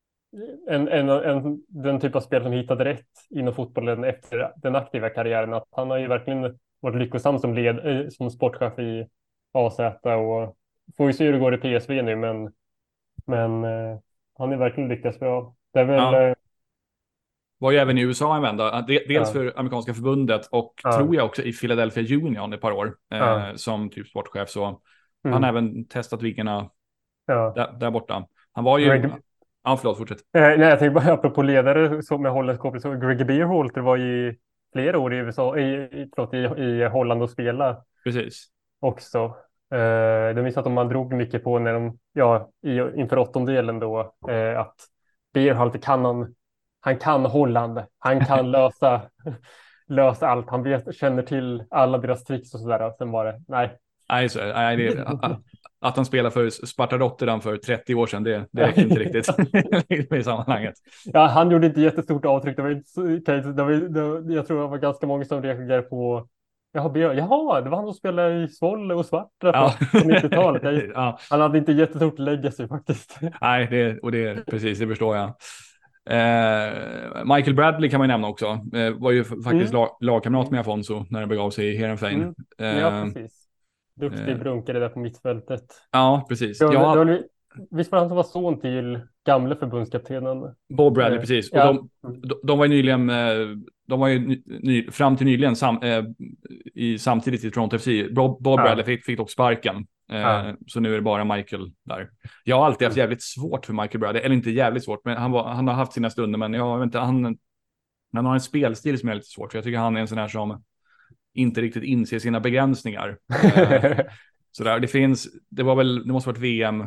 S2: en, en, en, den typ av spel som hittade rätt inom fotbollen efter den aktiva karriären. Att han har ju verkligen varit lyckosam som, led, eh, som sportchef i A Z och får ju se hur det går i P S V nu, men, men eh, han är verkligen lyckats bra. Det är väl,
S1: Ja.
S2: eh,
S1: Var ju även i U S A en vända. De- Dels
S2: Ja.
S1: för amerikanska förbundet och
S2: Ja.
S1: tror jag också i Philadelphia Union ett par år. Eh,
S2: Ja.
S1: Som typ sportchef. Så
S2: mm,
S1: han har även testat viggarna
S2: ja.
S1: där, där borta. Han var ju...
S2: Greg-
S1: Ja, förlåt, fortsätt.
S2: Eh, nej, jag tänkte bara apropå ledare som med holländsk koppling, så Greg Beerholter var ju flera år i U S A, i, i, förlåt, i, i Holland och spela
S1: Precis.
S2: också. Eh, de visste att man drog mycket på när de, ja, i, inför åttondelen då, eh, att Beerholter kan han, han kan Holland, han kan lösa, lösa allt, han vet, känner till alla deras tricks och sådär. Sen var det, nej.
S1: Nej, så, nej det, att han spelar för Sparta Rotterdam för trettio år sedan, det, det räcker inte riktigt i sammanhanget.
S2: Ja, han gjorde inte jättestort avtryck. Det var inte så, det var, det, jag tror det var ganska många som reagerade på, jaha, Björn, jaha, det var han som spelade i Svolle och Svarta
S1: Ja.
S2: på nittiotalet. Jag,
S1: Ja,
S2: han hade inte jättestort legacy faktiskt.
S1: nej, det, och det, precis, det förstår jag. Eh, Michael Bradley kan man ju nämna också. Eh, var ju f- faktiskt
S2: Mm.
S1: lag, lagkamrat med Afonso när det begav sig i Heerenveen.
S2: Mm.
S1: Eh,
S2: Ja, precis. Duktig
S1: eh.
S2: brunkare där på mittfältet.
S1: ja, precis.
S2: Det var,
S1: Ja,
S2: det var, visst var han som var son till gamle förbundskaptenen?
S1: Bob Bradley,
S2: Eh,
S1: precis. Och
S2: ja.
S1: de, de, de var ju nyligen, eh, de var ju ny, ny, fram till nyligen sam, eh, i, samtidigt i Toronto F C. Bob, Bob
S2: Ja.
S1: Bradley fick, fick dock sparken. Eh,
S2: Ja.
S1: Så nu är det bara Michael där. Jag har alltid haft jävligt svårt för Michael Bradley. Eller inte jävligt svårt, men han, var, han har haft sina stunder. Men jag vet inte, han, han har en spelstil som är lite svårt. För jag tycker han är en sån här som inte riktigt inser sina begränsningar. Eh, sådär. Det finns, det var väl, det måste ha varit V M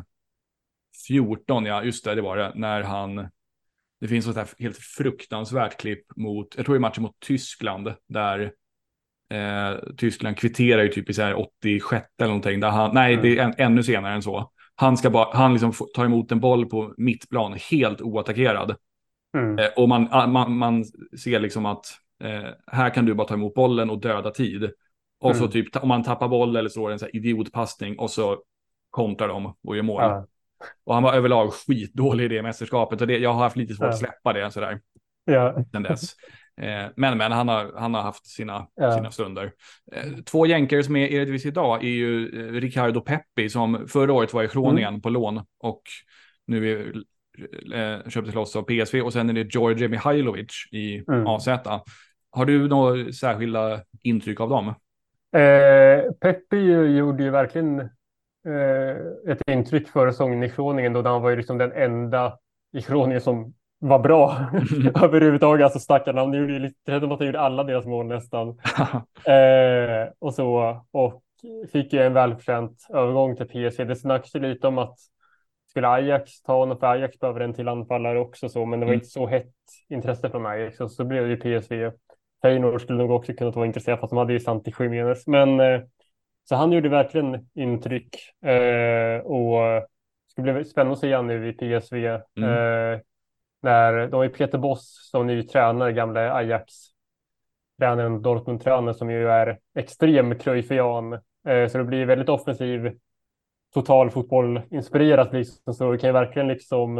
S1: fjorton, ja just det, det var det. När han, det finns ett här helt fruktansvärt klipp mot, jag tror det är matchen mot Tyskland, där eh, Tyskland kvitterar ju typ i så här åttiosju eller någonting, där han, nej det är än, ännu senare än så. Han ska bara, han liksom få- tar emot en boll på mittplan, helt oattackerad.
S2: Mm.
S1: Eh, och man, man, man ser liksom att eh, här kan du bara ta emot bollen och döda tid. Och så
S2: Mm.
S1: typ, om man tappar boll eller slår en så här idiotpassning och så kontrar de och gör mål.
S2: Ja.
S1: Och han var överlag skitdålig i det mästerskapet. Och det, jag har haft lite svårt
S2: Ja.
S1: att släppa det sådär
S2: Ja.
S1: sen dess. Eh, men men han, har, han har haft sina,
S2: Ja.
S1: sina stunder. Eh, två jänkare som är i Eredivisie idag är ju eh, Ricardo Peppi som förra året var i Groningen
S2: Mm.
S1: på lån. Och nu är, eh, köptes loss av P S V. Och sen är det George Mihailovic i
S2: Mm.
S1: A Z. Har du några särskilda intryck av dem?
S2: Eh, Peppi gjorde ju verkligen eh, ett intryck förra säsongen i Groningen, då han var ju liksom den enda i Groningen som var bra överhuvudtaget. Alltså stackarna, han gjorde ju lite, det kändes som att han gjorde alla deras mål nästan. eh, och så, och fick ju en välförtjänt övergång till P S V. Det snacks ju lite om att skulle Ajax ta honom, för Ajax behöver en till anfallare också så, men det var
S1: Mm.
S2: inte så hett intresse från Ajax, och så blev det ju P S V. Feyenoord skulle nog också kunna vara intresserad, fast de hade ju Santi Jiménez. Men eh, så han gjorde verkligen intryck, eh, och det skulle bli spännande att se han nu i P S V.
S1: Mm.
S2: Eh, när de är Peter Bosz som ny tränare, gamla Ajax-tränaren, Dortmund-tränaren, som ju är extrem Cruyffian. Eh, så det blir väldigt offensiv, total fotboll inspirerat liksom, så det kan ju verkligen liksom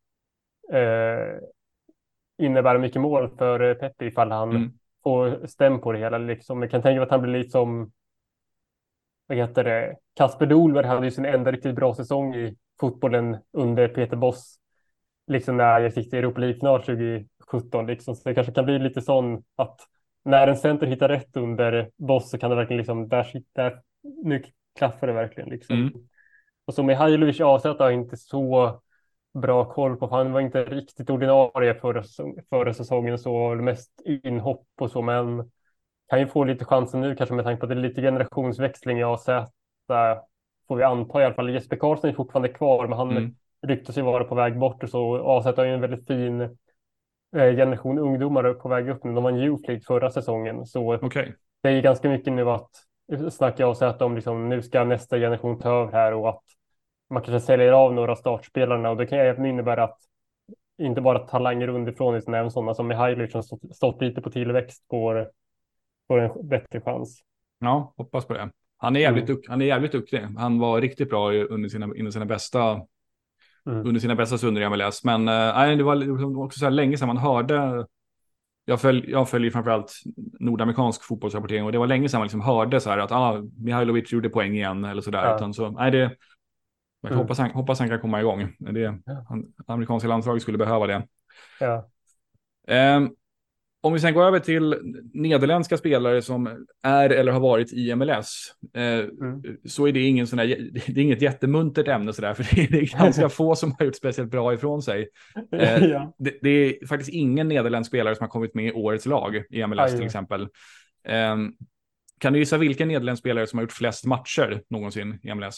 S2: eh, innebära mycket mål för Pepe ifall han
S1: Mm.
S2: får stäm på det hela liksom. Jag kan tänka mig att han blir lite som, vad heter det, Kasper Dolberg hade ju sin enda riktigt bra säsong i fotbollen under Peter Bosz, liksom när jag gick till Europa League-final tjugo sjutton liksom. Så det kanske kan bli lite sån att när en center hittar rätt under Bosz så kan det verkligen liksom, där, där nu klaffar det verkligen liksom.
S1: Mm.
S2: Och så Mihailovic avsatt har jag inte så bra koll på, för han var inte riktigt ordinarie förra, förra säsongen, så mest inhopp och så, men kan ju få lite chansen nu kanske med tanke på att det är lite generationsväxling i A Z, får vi anta i alla fall. Jesper Karlsson är fortfarande kvar, men han
S1: Mm.
S2: ryktas ju vara på väg bort, och så A Z har ju en väldigt fin eh, generation ungdomar på väg upp nu. De var en Youth League förra säsongen, så
S1: Okay.
S2: det är ju ganska mycket nu att snacka A Z om liksom, nu ska nästa generation ta över här, och att man kanske säljer av några startspelarna, och det kan ju även innebära att inte bara talanger underifrån utan även sådana som Mihailovic som stått, stått lite på tillväxt får, får en bättre chans.
S1: Ja, hoppas på det. Han är jävligt,
S2: Mm.
S1: dukt, han är jävligt duktig. Han var riktigt bra under sina, under sina bästa
S2: Mm.
S1: under sina bästa stunder i M L S. Men äh, det var också så här länge sedan man hörde. Jag, följ, jag följer framförallt nordamerikansk fotbollsrapportering, och det var länge sedan man liksom hörde så här att ah, Mihailovic gjorde poäng igen eller sådär.
S2: Ja.
S1: Utan så, nej, det, jag
S2: Mm.
S1: hoppas, han, hoppas han kan komma igång. Det, han, amerikanska landslaget skulle behöva det.
S2: Ja.
S1: Um, om vi sen går över till nederländska spelare som är eller har varit i M L S, eh,
S2: Mm.
S1: så är det ingen sån här, det är inget jättemuntert ämne så där, för det är, det är ganska få som har gjort speciellt bra ifrån sig. Eh,
S2: Ja.
S1: det, det är faktiskt ingen nederländsk spelare som har kommit med i årets lag i M L S. Aj, till exempel. Eh, kan du gissa vilken nederländsk spelare som har gjort flest matcher någonsin i M L S?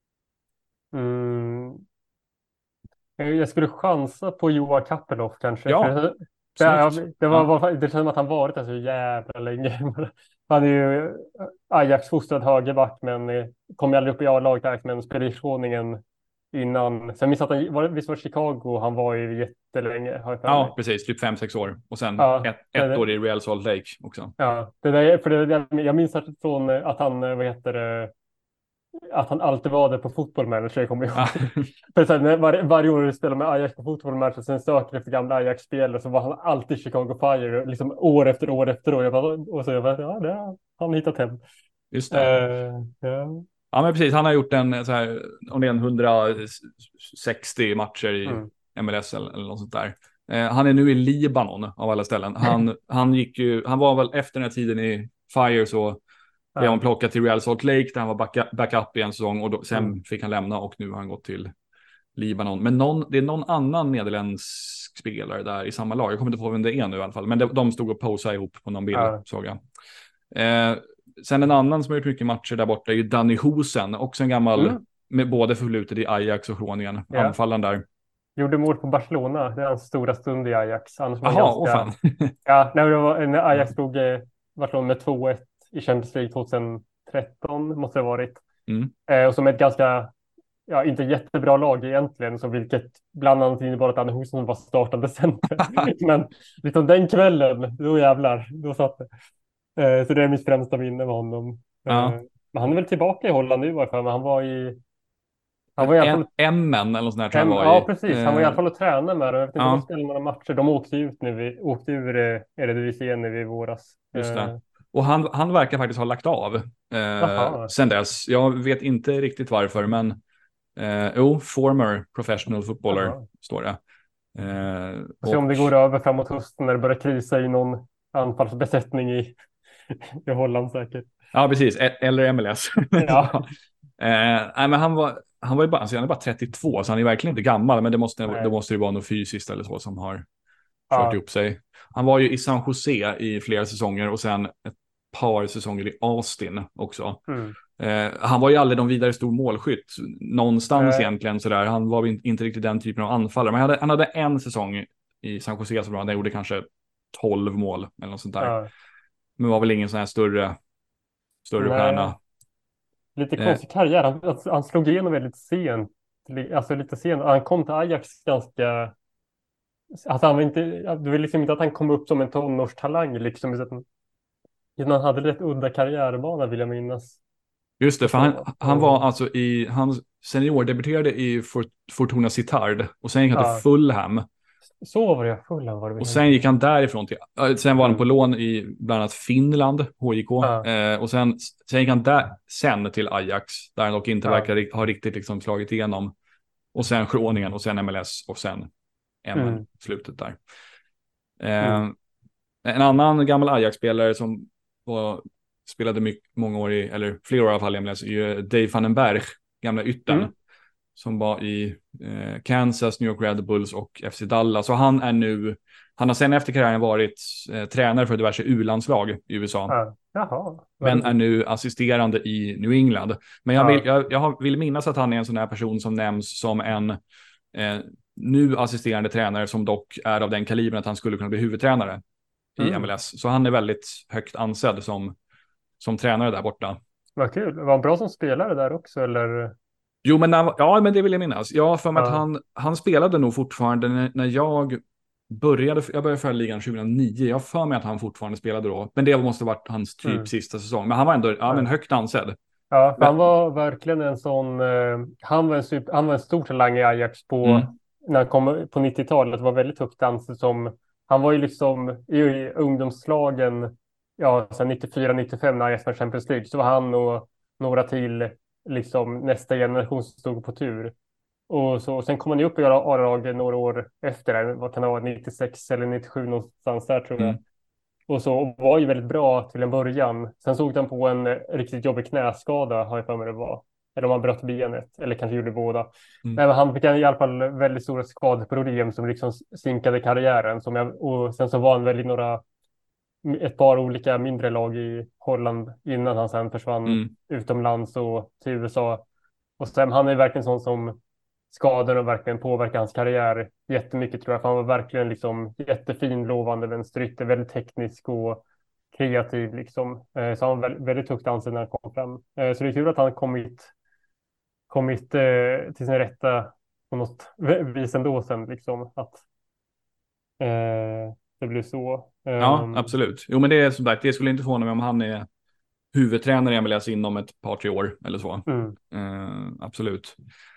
S2: Mm. Jag skulle chansa på Joa Kappelhoff kanske.
S1: Ja.
S2: För det, det, det, var, var, det känns som att han varit där så jävla länge. Han är ju Ajax-fostrad högerback, men kom ju aldrig upp i A-laget, men spelade i Schroningen innan. Sen minns att han var, visst var Chicago, han var ju jättelänge.
S1: Ja, precis. Typ fem sex år. Och sen
S2: ja,
S1: ett, ett
S2: det,
S1: år i Real Salt Lake också.
S2: Ja, det där, för det, jag minns att, från att han, vad heter det, att han alltid var där på Football Manager, kommer jag ihåg. För sen, var, varje år du spelar med Ajax på Football Manager, sen sökte efter gamla Ajax-spelare, så var han alltid Chicago Fire, liksom år efter år efter år. Jag bara, och så jag bara, ja, det har han hittat hem.
S1: Just det.
S2: Uh, ja.
S1: Ja, men precis. Han har gjort en, så här, om det är en hundrasextio matcher i mm. M L S eller, eller något sånt där. Eh, han är nu i Libanon av alla ställen. Han, han, gick ju, han var väl efter den här tiden i Fire, så blev han plockad till Real Salt Lake där han var backup, backup i en säsong, och då, sen mm. fick han lämna, och nu har han gått till Libanon. Men någon, det är någon annan nederländsk spelare där i samma lag. Jag kommer inte på vem det är nu i alla fall, men de, de stod och posade ihop på någon bild, ja. såg jag. Eh, sen en annan som har gjort mycket matcher där borta är ju Danny Hosen, också en gammal, mm. med både förflutet i Ajax och Groningen, ja. anfallaren där.
S2: Gjorde mål på Barcelona, det är hans stora stund i Ajax.
S1: Jaha, ganska... åh fan.
S2: Ja, när, det var, när Ajax slog Barcelona med två ett i Champions League tjugotretton, måste det ha varit.
S1: Mm.
S2: Eh, och som ett ganska, ja, inte jättebra lag egentligen, så vilket bland annat innebar att Anne Hosen var startande center. Men liksom den kvällen, då jävlar, då satt det. Eh, så det är mitt främsta minne med honom.
S1: Ja.
S2: Eh, men han är väl tillbaka i Holland nu i alla fall, men han var i... Han var i alla fall...
S1: Emmen eller något sånt där,
S2: M-
S1: tror jag
S2: var
S1: i.
S2: Ja, precis. Han var i alla fall att träna med. Jag vet inte
S1: ja.
S2: om de spelade några matcher. De åkte ut nu. Vi åkte ur Eredivisie nu i våras.
S1: Just det. Och han, han verkar faktiskt ha lagt av eh, sen dess. Jag vet inte riktigt varför, men eh, oh, former professional footballer Aha. står det.
S2: Eh, och... Se om det går över framåt hösten när det börjar krisa i någon anfallsbesättning i, i Holland säkert.
S1: Ja, precis. E- eller M L S.
S2: Ja.
S1: eh, nej, men han var, han var ju bara, alltså han är bara trettiotvå, så han är verkligen inte gammal, men det måste, det måste ju vara något fysiskt eller så som har kört
S2: Ja.
S1: ihop sig. Han var ju i San Jose i flera säsonger och sen ett par säsonger i Austin också.
S2: Mm.
S1: Eh, han var ju aldrig någon vidare stor målskytt någonstans
S2: Nej.
S1: egentligen sådär. Han var inte, inte riktigt den typen av anfallare, men han hade, han hade en säsong i San Jose som han gjorde kanske tolv mål eller något sånt där.
S2: Ja.
S1: Men var väl ingen sån här större, större
S2: Nej.
S1: stjärna.
S2: Lite
S1: Eh.
S2: konstig karriär. Han, alltså, han slog igenom väldigt sent. Alltså lite sent. Han kom till Ajax ganska... Alltså han var inte... Det var liksom inte att han kom upp som en tonårstalang liksom. Utan han hade rätt udda karriärbana vill jag minnas.
S1: Just det, för han, han
S2: Ja.
S1: var alltså i... Han seniordebuterade i Fort- Fortuna Sittard och sen gick han
S2: Ja.
S1: till Fulham.
S2: Så var det, Fulham var det.
S1: Och sen gick han därifrån till... äh, Sen var han på lån i bland annat Finland, H I K.
S2: Ja.
S1: Eh, och sen, sen gick han där, sen till Ajax, där han dock inte
S2: Ja.
S1: verkar ri- ha riktigt liksom slagit igenom. Och sen Groningen och sen M L S och sen M L,
S2: Mm.
S1: slutet där. Eh,
S2: Mm.
S1: En annan gammal Ajax-spelare som var, spelade mycket, många år i, eller flera år i alla fall i M L S, är ju Dave van den Berg, gamla yttern.
S2: Mm.
S1: Som var i eh, Kansas, New York Red Bulls och F C Dallas. Så han är nu, han har sen efter karriären varit eh, tränare för diverse U-landslag i U S A.
S2: Ja. Jaha.
S1: Men är nu assisterande i New England. Men jag
S2: Ja.
S1: vill, jag, jag har- vill minnas att han är en sån här person som nämns som en eh, nu assisterande tränare som dock är av den kalibern att han skulle kunna bli huvudtränare i
S2: Mm.
S1: M L S. Så han är väldigt högt ansedd som, som tränare där borta.
S2: Vad kul. Var han bra som spelare där också eller?
S1: Jo, men, när, ja, men det vill jag minnas. Ja, för mig
S2: Ja.
S1: att han, han spelade nog fortfarande när, när jag började, jag började följa ligan tjugohundranio. Jag har för mig att han fortfarande spelade då. Men det måste ha varit hans typ
S2: Mm.
S1: sista säsong. Men han var ändå ja, men högt ansedd.
S2: Ja, för
S1: Men-
S2: han var verkligen en sån, eh, han var en, super, han var en stor talang i Ajax på,
S1: Mm.
S2: när han kom på nittiotalet, var väldigt högt ansedd som, han var ju liksom i, i ungdomslagen, ja, sen nittiofyra nittiofem när Ajax var Champions League, så var han och några till liksom nästa generation som stod på tur. Och, så, och sen kom han ju upp i A-laget några år efter, det, vad kan det vara, nittiosex eller nittiosju någonstans där tror jag.
S1: Mm.
S2: Och så var ju väldigt bra till en början. Sen såg han på en riktigt jobbig knäskada, har jag för mig det var. Eller om han bröt benet, eller kanske gjorde båda.
S1: Mm.
S2: Men han fick i alla fall väldigt stora skadeproblem som liksom sinkade karriären. Som jag, och sen så var han väl i några, ett par olika mindre lag i Holland innan han sen försvann
S1: Mm.
S2: utomlands och till U S A. Och sen, han är verkligen sån som skador och verkligen påverkar hans karriär jättemycket tror jag. För han var verkligen liksom jättefin, lovande vänsterytter, väldigt teknisk och kreativ liksom. Eh, Så han var väldigt, väldigt högt ansedd när han kom fram. Eh, Så det är kul att han kommit, kommit eh, till sin rätta på något vis ändå sen liksom. Att eh, det blev så.
S1: Ja,
S2: Ehm,
S1: absolut. Jo, men det är som sagt, det skulle inte förvåna mig om han är huvudtränare i M L S inom ett par, tre år eller så.
S2: Mm.
S1: Eh, absolut.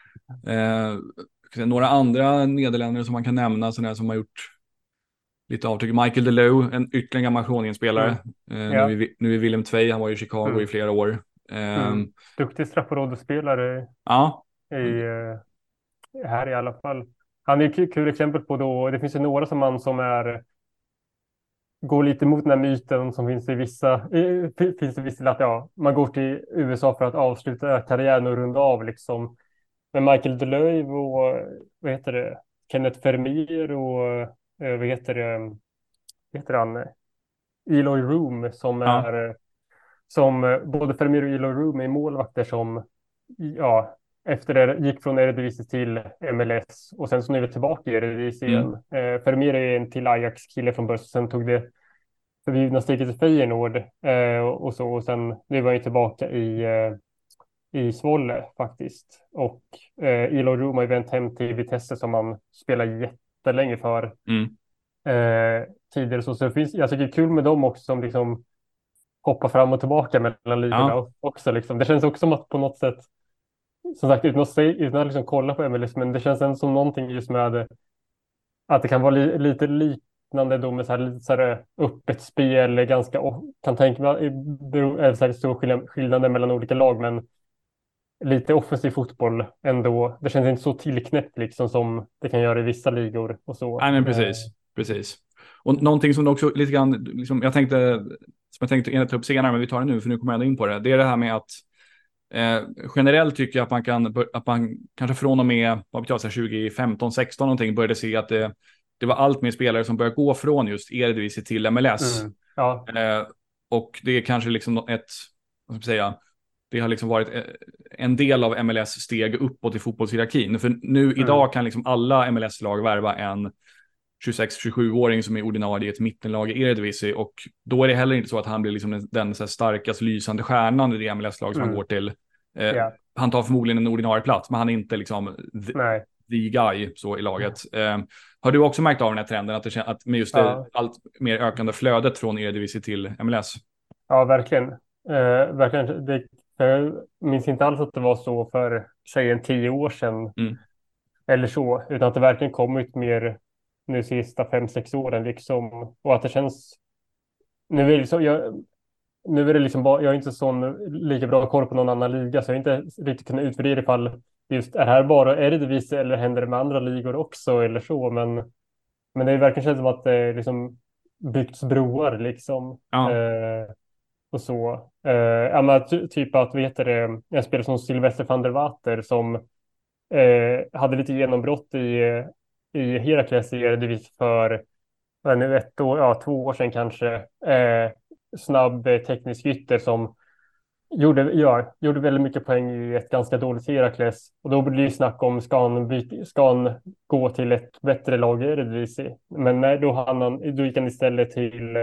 S1: Eh, några andra nederländare som man kan nämna, sådana som har gjort lite avtryck. Michael DeLow, en ytterligare gammal Groningen-spelare.
S2: Mm.
S1: Eh,
S2: Ja.
S1: nu, är, nu är Willem Tvei, han var i Chicago
S2: Mm.
S1: i flera år. Eh,
S2: Mm. Duktig straffområdesspelare
S1: Ja,
S2: i, eh, här i alla fall. Han är ett kul exempel på då, det finns ju några som man som är går lite mot den här myten som finns i vissa, i, finns i vissa att ja, man går till U S A för att avsluta karriären och runda av liksom. Men Michael DeLoy och vad heter det, Kenneth Vermeer och eh, vad heter det, vad heter han, Eloy Room som
S1: Ja.
S2: är som eh, både Vermeer och Eloy Room är målvakter som ja, efter det gick från Eredivisie till M L S och sen så nu är vi tillbaka i Eredivisie igen.
S1: Mm.
S2: Eh, Vermeer är en till Ajax-kille från början, sen tog det förbjudna steget till Feyenoord eh, och så och sen nu var han ju tillbaka i eh, i Svolle faktiskt. Och eh, Eloy Room har ju vänt hem till Vitesse som man spelar jättelänge för
S1: Mm.
S2: eh, tidigare. Så, så det finns, jag tycker det är kul med dem också som liksom hoppar fram och tillbaka mellan ligorna
S1: Ja.
S2: också. Liksom. Det känns också som att på något sätt, som sagt utan att, se, utan att liksom kolla på M L S, men det känns ändå som någonting just med att det kan vara li, lite liknande då med så här, lite så här öppet spel, ganska, kan tänka mig, det är säkert stor skillnad, skillnader mellan olika lag, men lite offensiv fotboll ändå. Det känns inte så tillknäppt liksom som det kan göra i vissa ligor och så.
S1: Nej, men precis. precis. Och någonting som också lite grann, liksom, jag tänkte, som jag tänkte ta upp senare, men vi tar det nu, för nu kommer jag ändå in på det. Det är det här med att Eh, generellt tycker jag att man kan, att man kanske från och med, vad vet jag, så här tjugo femton sexton någonting började se att det, det var allt mer spelare som började gå från just Eredivisie till M L S.
S2: Mm. Ja.
S1: Eh, och det är kanske liksom ett, vad ska jag säga, det har liksom varit en del av M L S steg uppåt i fotbollshierarkin. För nu
S2: Mm.
S1: idag kan liksom alla M L S-lag värva en tjugosex tjugosju-åring som är ordinarie i ett mittenlag i Eredivisie, och då är det heller inte så att han blir liksom den, den så här starkast lysande stjärnan i det M L S-lag som
S2: Mm.
S1: han går till. Eh,
S2: Yeah.
S1: Han tar förmodligen en ordinarie plats, men han är inte liksom the,
S2: Nej.
S1: the guy så i laget. Eh, har du också märkt av den här trenden att, det, att med just det
S2: Ja.
S1: allt mer ökande flödet från Eredivisie till M L S?
S2: Ja, verkligen. Eh, verkligen. Det, jag minns inte alls att det var så för, säg, en tio år sedan.
S1: Mm.
S2: Eller så, utan att det verkligen kommit mer nu sista fem, sex åren liksom. Och att det känns... Nu är det liksom, jag, nu är det liksom bara, jag har inte sån lika bra koll på någon annan liga, så jag har inte riktigt kunnat utvärdera ifall just är här bara är det Eredivisie eller händer det med andra ligor också eller så. Men, men det är verkligen känns som att det liksom byggts broar liksom.
S1: Ja.
S2: Eh, och så. Eh, ja, men ty, typ att, vet det, en spelare som Sylvester van der Water som eh, hade lite genombrott i, i Herakles i Eredivisie för vad är det nu, ett år, ja, två år sedan kanske. Eh, snabb eh, teknisk ytter som gjorde, ja, gjorde väldigt mycket poäng i ett ganska dåligt Herakles. Och då blir det snack om ska han, byta, ska han gå till ett bättre lag i Eredivisie. Men nej, då, han, då gick han istället till,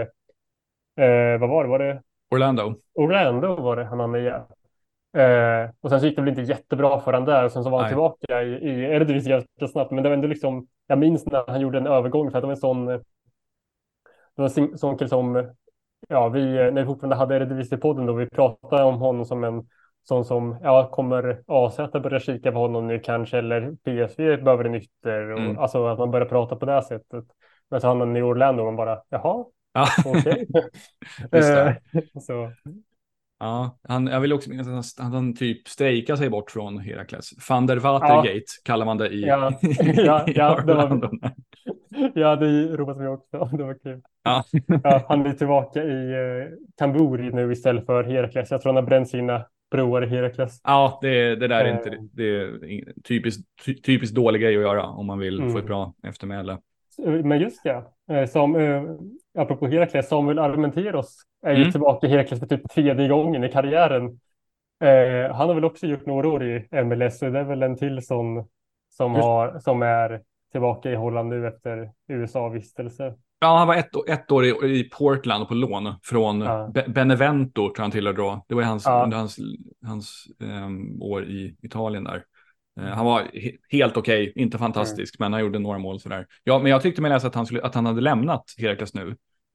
S2: eh, vad var det? Var det?
S1: Orlando.
S2: Orlando var det han hann med. Eh, och sen så gick det väl inte jättebra för han där. Och sen så var han
S1: Nej.
S2: tillbaka i, i Eredivisie ganska snabbt. Men det var ändå liksom, jag minns när han gjorde en övergång för att det var en sån, det var en sån kille som, ja, vi, när vi fortfarande hade Eredivisie-podden då, vi pratade om honom som en sån som, ja, kommer A Z börja kika på honom nu kanske, eller P S V behöver en ytter, och,
S1: Mm.
S2: alltså att man börjar prata på det här sättet. Men så hamnade han i Orlando och man bara, jaha,
S1: Ja.
S2: okej.
S1: Just det.
S2: Så.
S1: Ja, han, jag vill också minnas att han, han typ strejkade sig bort från Herakles. Van der Watergate
S2: Ja.
S1: kallar man det i,
S2: Ja, ja,
S1: i
S2: ja, det
S1: Orlando.
S2: var, ja, det ropas vi också. Det var kul.
S1: Ja.
S2: Ja, han är tillbaka i uh, Kamburi nu istället för Herakles. Jag tror han har bränt sina broar i Herakles.
S1: Ja, det, det där är inte
S2: Eh.
S1: det är typiskt, ty, typiskt dålig grej att göra om man vill
S2: Mm.
S1: få ett bra eftermäle.
S2: Men just det, eh, som, eh, apropå Herakles, Samuel Armenteros är ju
S1: Mm.
S2: tillbaka i Herakles för typ tredje gången i karriären. Eh, han har väl också gjort några år i M L S, så det är väl en till som, som,
S1: Just-
S2: har, som är tillbaka i Holland nu efter U S A-vistelse.
S1: Ja, han var ett, ett år i, i Portland på lån från
S2: Ja.
S1: Be- Benevento, tror jag han tillhörde då. Det var hans,
S2: Ja.
S1: under hans, hans ehm, år i Italien där. Eh, han var he- helt okej, inte fantastisk, men han gjorde några mål sådär. Ja, men jag tyckte mig läsa att han, skulle, att han hade lämnat Herakles nu.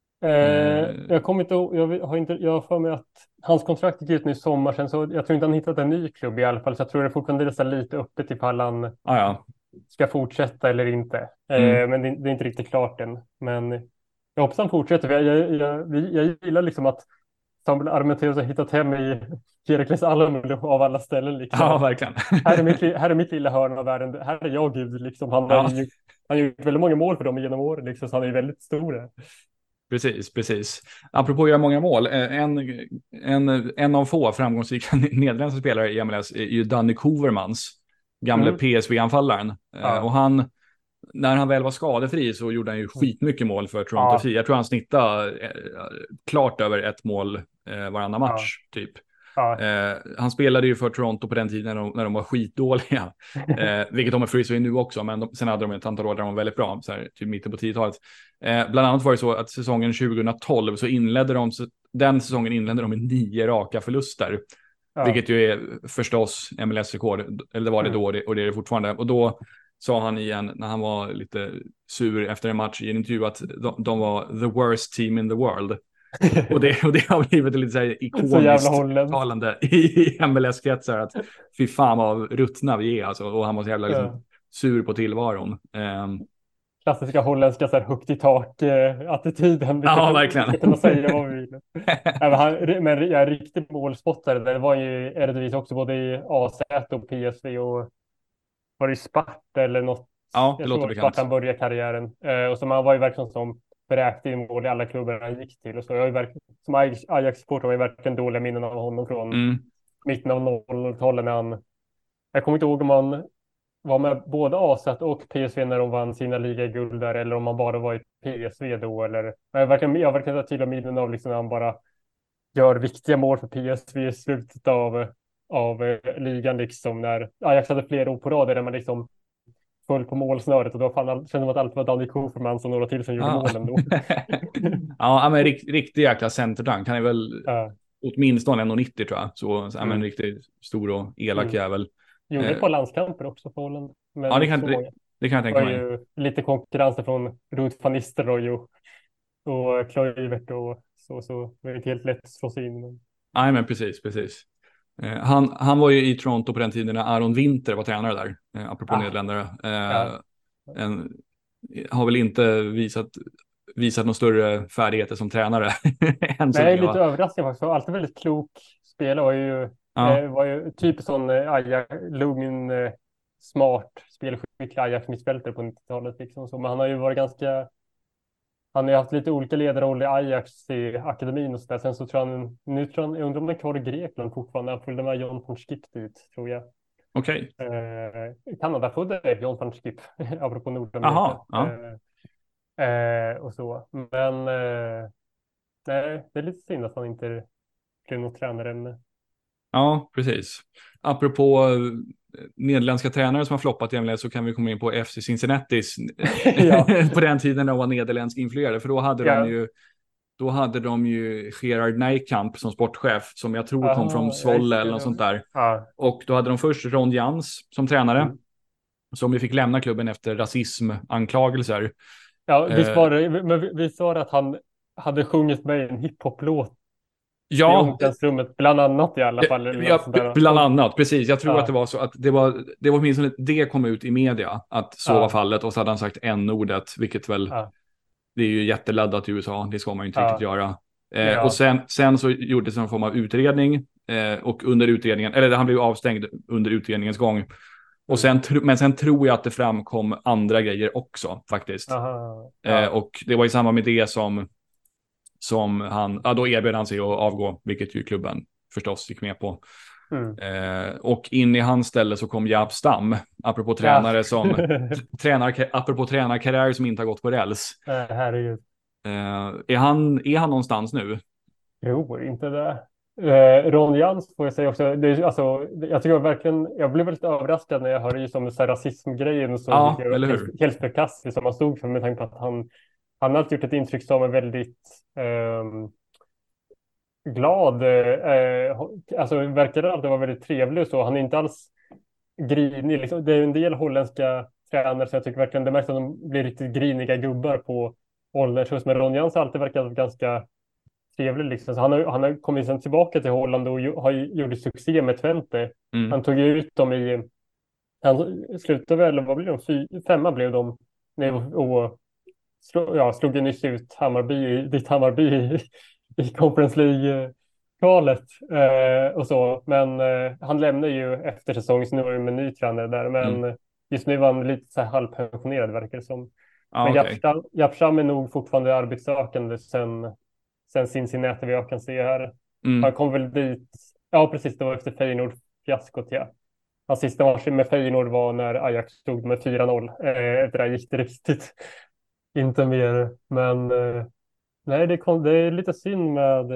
S2: Eh, jag kommer inte ihåg- jag har inte, jag har för mig att hans kontrakt gick ut nu i sommar, sen så jag tror inte han hittat en ny klubb i alla fall, så jag tror det är fortfarande nästan lite öppet ifall han
S1: Ah, ja.
S2: ska fortsätta eller inte. Eh,
S1: Mm.
S2: men det, det är inte riktigt klart än. Men jag hoppas han fortsätter. Jag, jag, jag, vi- jag gillar liksom att Samuel Armenteros har hittat hem i Herakles Almelo av alla ställen. Liksom.
S1: Ja, verkligen.
S2: Här är mitt, li- här är mitt lilla hörn av världen. Här är jag Gud. Liksom. Han,
S1: Ja.
S2: har ju, han har gjort väldigt många mål för dem genom åren. Liksom, så han är ju väldigt stor. Där.
S1: Precis, precis. Apropå att göra många mål, eh, en, en, en av få framgångsrika nederländska spelare i M L S är ju Danny Kovermans, gamle
S2: Mm.
S1: P S V-anfallaren. Eh,
S2: Ja.
S1: Och han, när han väl var skadefri så gjorde han ju skitmycket mål för Toronto
S2: Ja.
S1: F C. Jag tror han snittade eh, klart över ett mål eh, varannan match, typ.
S2: Ja.
S1: Eh, han spelade ju för Toronto på den tiden när de, när de var skitdåliga. Eh, vilket de är förvisso är nu också, men de, sen hade de ett antal år där de var väldigt bra, så här, typ mitten på tio-talet. Eh, bland annat var det så att säsongen tjugohundratolv så inledde de, så, den säsongen inledde de med nio raka förluster.
S2: Ja.
S1: Vilket ju är förstås M L S-rekord, eller det var det
S2: Mm.
S1: då och det är det fortfarande. Och då sa han igen, när han var lite sur efter en match i en intervju, att de, de var the worst team in the world. Och det, och det har blivit lite så här
S2: Så jävla
S1: ikoniskt
S2: holländskt.
S1: talande i M L S-kretsar, att fy fan vad ruttna vi är alltså. Och han var så jävla liksom,
S2: Ja.
S1: sur på tillvaron. Um,
S2: Klassiska holländska så här, högt i tak-attityden.
S1: Ja, verkligen.
S2: Vi ska kunna säga vad vi vill. Nej, men han, men jag är riktig målspottare. Det var ju Eredivisie också, både i A Z och P S V, och var det i Sparta eller något?
S1: Ja, det
S2: jag
S1: låter
S2: tror
S1: bekant.
S2: Sparta han började karriären. Eh, och så man var ju verkligen som bräkte in mål i alla klubbar han gick till. Och så jag är ju verkligen, som Ajax-supporter har jag verkligen dåliga minnen av honom från,
S1: mm.
S2: mitten av noll noll-talet när han, jag kommer inte ihåg om han var med både A Z och P S V när de vann sina ligaguld där, eller om han bara var i P S V då, eller jag verkligen, jag verkligen har tydliga minnen av liksom när han bara gör viktiga mål för P S V i slutet av, av eh, ligan, liksom när Ajax hade flera år på rad där man liksom föll på målsnöret, och då fan, all- kände man att allt var Danny Koferman som några till som gjorde
S1: Ja.
S2: målen då.
S1: Ja, men rikt, riktig jäkla centertank. Han är väl
S2: Ja.
S1: åtminstone en komma nittio tror jag. Så, så ja, men
S2: Mm.
S1: riktigt stor och elak
S2: Mm.
S1: jävel.
S2: Gjorde
S1: Eh.
S2: ett par landskamper också för Holland. Men
S1: Ja, det
S2: inte
S1: kan,
S2: så
S1: det,
S2: många.
S1: det kan jag
S2: Det
S1: tänka
S2: var
S1: mig.
S2: ju lite konkurrens från Ruud van Nistelrooy och, och Kluivert och så, så det var inte helt lätt att slå sig in. Men...
S1: Nej, men precis, precis. Eh, han, han var ju i Toronto på den tiden när Aaron Winter var tränare där, eh, apropå
S2: Ah.
S1: nederländare. Eh,
S2: Ja.
S1: en, har väl inte visat, visat någon större färdigheter som tränare än så
S2: Nej,
S1: länge,
S2: lite
S1: va?
S2: överraskande faktiskt. Han var alltid väldigt klok spelare. Var ju,
S1: Ja.
S2: eh, var ju typ sån eh, Ajax, lugn, eh, smart, spelskicklig Ajax-mittfältare på nittiotalet. Liksom. Så, men han har ju varit ganska... Han har ju haft lite olika ledarroller i Ajax i akademin och sådär. Sen så tror han... Nu tror han, jag undrar om han är kvar i Grekland fortfarande. Han följde med John von Skip dit, tror jag.
S1: Okej.
S2: Eh, Kanada födde John van Skip, apropå Nordamerika.
S1: Jaha, ja.
S2: Eh, eh, och så. Men eh, nej, det är lite synd att han inte blev någon tränare.
S1: Ja, precis. Apropå eh, nederländska tränare som har floppat jämligen, så kan vi komma in på F C Cincinnatis
S2: Ja.
S1: på den tiden de var nederländsk influerade. För då hade
S2: Ja.
S1: de ju Då hade de ju Gerard Nijkamp som sportchef, som jag tror kom
S2: Aha,
S1: från
S2: ja,
S1: Zwolle
S2: just det,
S1: eller något
S2: ja.
S1: sånt där.
S2: Ja.
S1: Och då hade de först Ron Jans som tränare,
S2: Mm.
S1: som ju fick lämna klubben efter rasismanklagelser.
S2: Ja, visst
S1: Eh,
S2: var det, men visst var det att han hade sjungit med i en hiphop-låt i
S1: Ja,
S2: omklädningsrummet, bland annat i alla fall. Eller
S1: ja,
S2: något sånt där.
S1: bland annat, precis. Jag tror
S2: Ja.
S1: att det var så att det var, det var åtminstone det kom ut i media, att så
S2: Ja.
S1: var fallet, och så hade han sagt n-ordet, vilket väl,
S2: Ja.
S1: det är ju jätteladdat i U S A, det ska man ju inte
S2: Ja.
S1: riktigt göra. Eh,
S2: Ja.
S1: Och sen, sen så gjordes en form av utredning, eh, och under utredningen, eller han blev avstängd under utredningens gång. Och sen, tr- men sen tror jag att det framkom andra grejer också, faktiskt.
S2: Aha. Ja.
S1: Eh, och det var i samband med det som, som han, ja, då erbjöd han sig att avgå, vilket ju klubben förstås gick med på.
S2: Mm.
S1: Eh, och in i hans ställe så kom Jaap Stam, apropå tränare
S2: Ja.
S1: som, tränar, apropå tränarkarriär som inte har gått på räls.
S2: Nej, herregud.
S1: Eh, är, han, är han någonstans nu?
S2: Jo, inte det. Eh, Ron Jans får jag säga också. Det är, alltså, jag tycker jag verkligen, jag blev väldigt överraskad när jag hörde just om den så här rasismgrejen, så
S1: Ja,
S2: jag
S1: eller hur?
S2: helt, helt förkastlig som han stod för, med tanke på att han, han har alltid gjort ett intryck som en väldigt ehm, glad, eh, alltså verkar alltid vara väldigt trevlig och så. Han är inte alls grinig. Liksom. Det är en del holländska tränare så jag tycker verkligen det märks att de blir riktigt griniga gubbar på ålderns. Men Ron Jans har alltid verkat ganska trevlig. Liksom. Så han, har, han har kommit sen tillbaka till Holland och ju, har gjort succé med Twente.
S1: Mm.
S2: Han tog ju ut dem i... Han slutade väl, vad blev de? Fy, femma blev de. Och, och slog, ja, slog ju nyss ut Hammarby, ditt Hammarby i, i Conference League-kvalet. Eh, och så. Men eh, han lämnar ju efter säsongen, så nu är det med en ny tränare där. Men
S1: Mm.
S2: just nu var han lite så här halvpensionerad, verkar det som.
S1: Ja,
S2: Men
S1: okej.
S2: Jaap Stam är nog fortfarande arbetssökande sen, sen Cincinnati, vad jag kan se här.
S1: Mm.
S2: Han kom väl dit, ja precis, det var efter Feyenoord-fiaskot, ja. Hans sista match med Feyenoord var när Ajax stod med fyra noll. Eh, det där gick det riktigt inte mer. Men eh, nej, det, kom, det är lite synd med,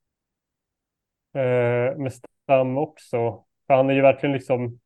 S2: eh, med Stam också. För han är ju verkligen liksom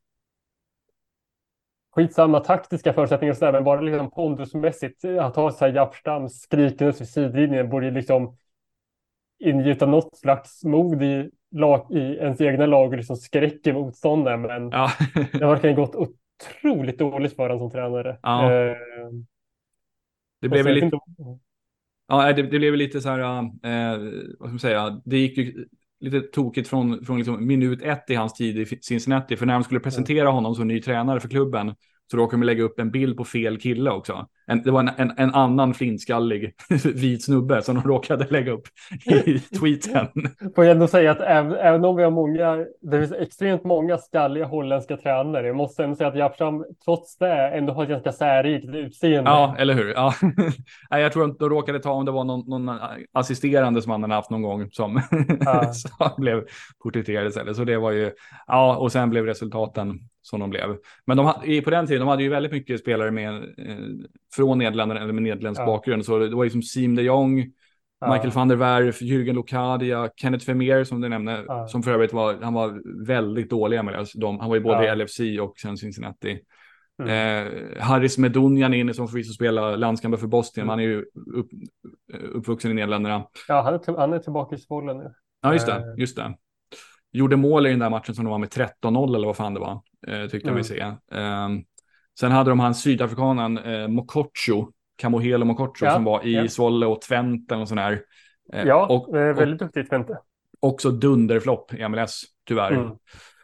S2: skitsamma taktiska förutsättningar och sådär, men bara liksom pondusmässigt att ha så här Jaap Stam skrikandes vid sidlinjen borde ju liksom ingjuta något slags mod i, lag, i ens egna lag och liksom skräcker motståndaren. Men
S1: Ja.
S2: det har verkligen gått otroligt dåligt för honom som tränare.
S1: Ja.
S2: Eh,
S1: Det blev
S2: så
S1: väl
S2: jag
S1: lite,
S2: vet inte-
S1: ja, det, det blev väl lite så här, eh, vad ska man säga, det gick ju lite tokigt från, från liksom minut ett i hans tid i Cincinnati, för när de skulle presentera honom som ny tränare för klubben så råkade de lägga upp en bild på fel kille också. en, det var en, en, en annan flintskallig vit snubbe som de råkade lägga upp i tweeten.
S2: Får jag ändå säga att även, även om vi har många, det finns extremt många skalliga holländska tränare, jag måste ändå säga att Japsham trots det ändå har ett ganska särrikt utseende.
S1: Ja, eller hur? Ja. Nej, jag tror att de råkade ta om det var någon, någon assisterande som han hade haft någon gång som,
S2: Ja.
S1: som blev porträtterad istället. Så det var ju, ja, och sen blev resultaten som de blev. Men de, på den tiden, de hade ju väldigt mycket spelare med, eh, från Nederländerna eller med nederländsk
S2: Ja.
S1: bakgrund. Så det var ju som Siem de Jong, Michael
S2: Ja.
S1: van der Werf, Jürgen Locadia, Kenneth Vermeer som du nämnde,
S2: Ja.
S1: som för övrigt var, han var väldigt dålig med alltså de, han var ju både
S2: Ja.
S1: i L F C och sen Cincinnati.
S2: Mm.
S1: Eh, Haris Medunjan inne som förvisso spelar landskamper för Boston.
S2: Mm.
S1: Han är ju upp, uppvuxen i Nederländerna.
S2: Ja, han är, till, han är tillbaka i Svollen nu.
S1: Ja, just
S2: Eh.
S1: det, just det. Gjorde mål i den där matchen som de var med tretton noll eller vad fan det var. Eh, tyckte jag
S2: Mm.
S1: vi se. Eh, sen hade de han sydafrikanen eh, Mokocho, Kamohelo Mokocho,
S2: Ja,
S1: som var i
S2: ja.
S1: Svolle och Twente och sån här. Eh,
S2: Ja,
S1: och,
S2: eh,
S1: och
S2: väldigt duktigt Twente.
S1: också dunderflopp i M L S, tyvärr.
S2: Mm.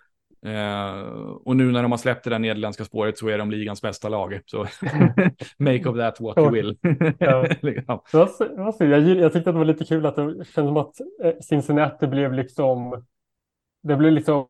S1: Uh, och nu när de har släppt det där nederländska spåret så är de ligans bästa lag. Så make of that what you will.
S2: Ja.
S1: Liksom.
S2: Det var, det var så, jag, jag tyckte att det var lite kul att det kändes som att eh, Cincinnati blev liksom, det blev liksom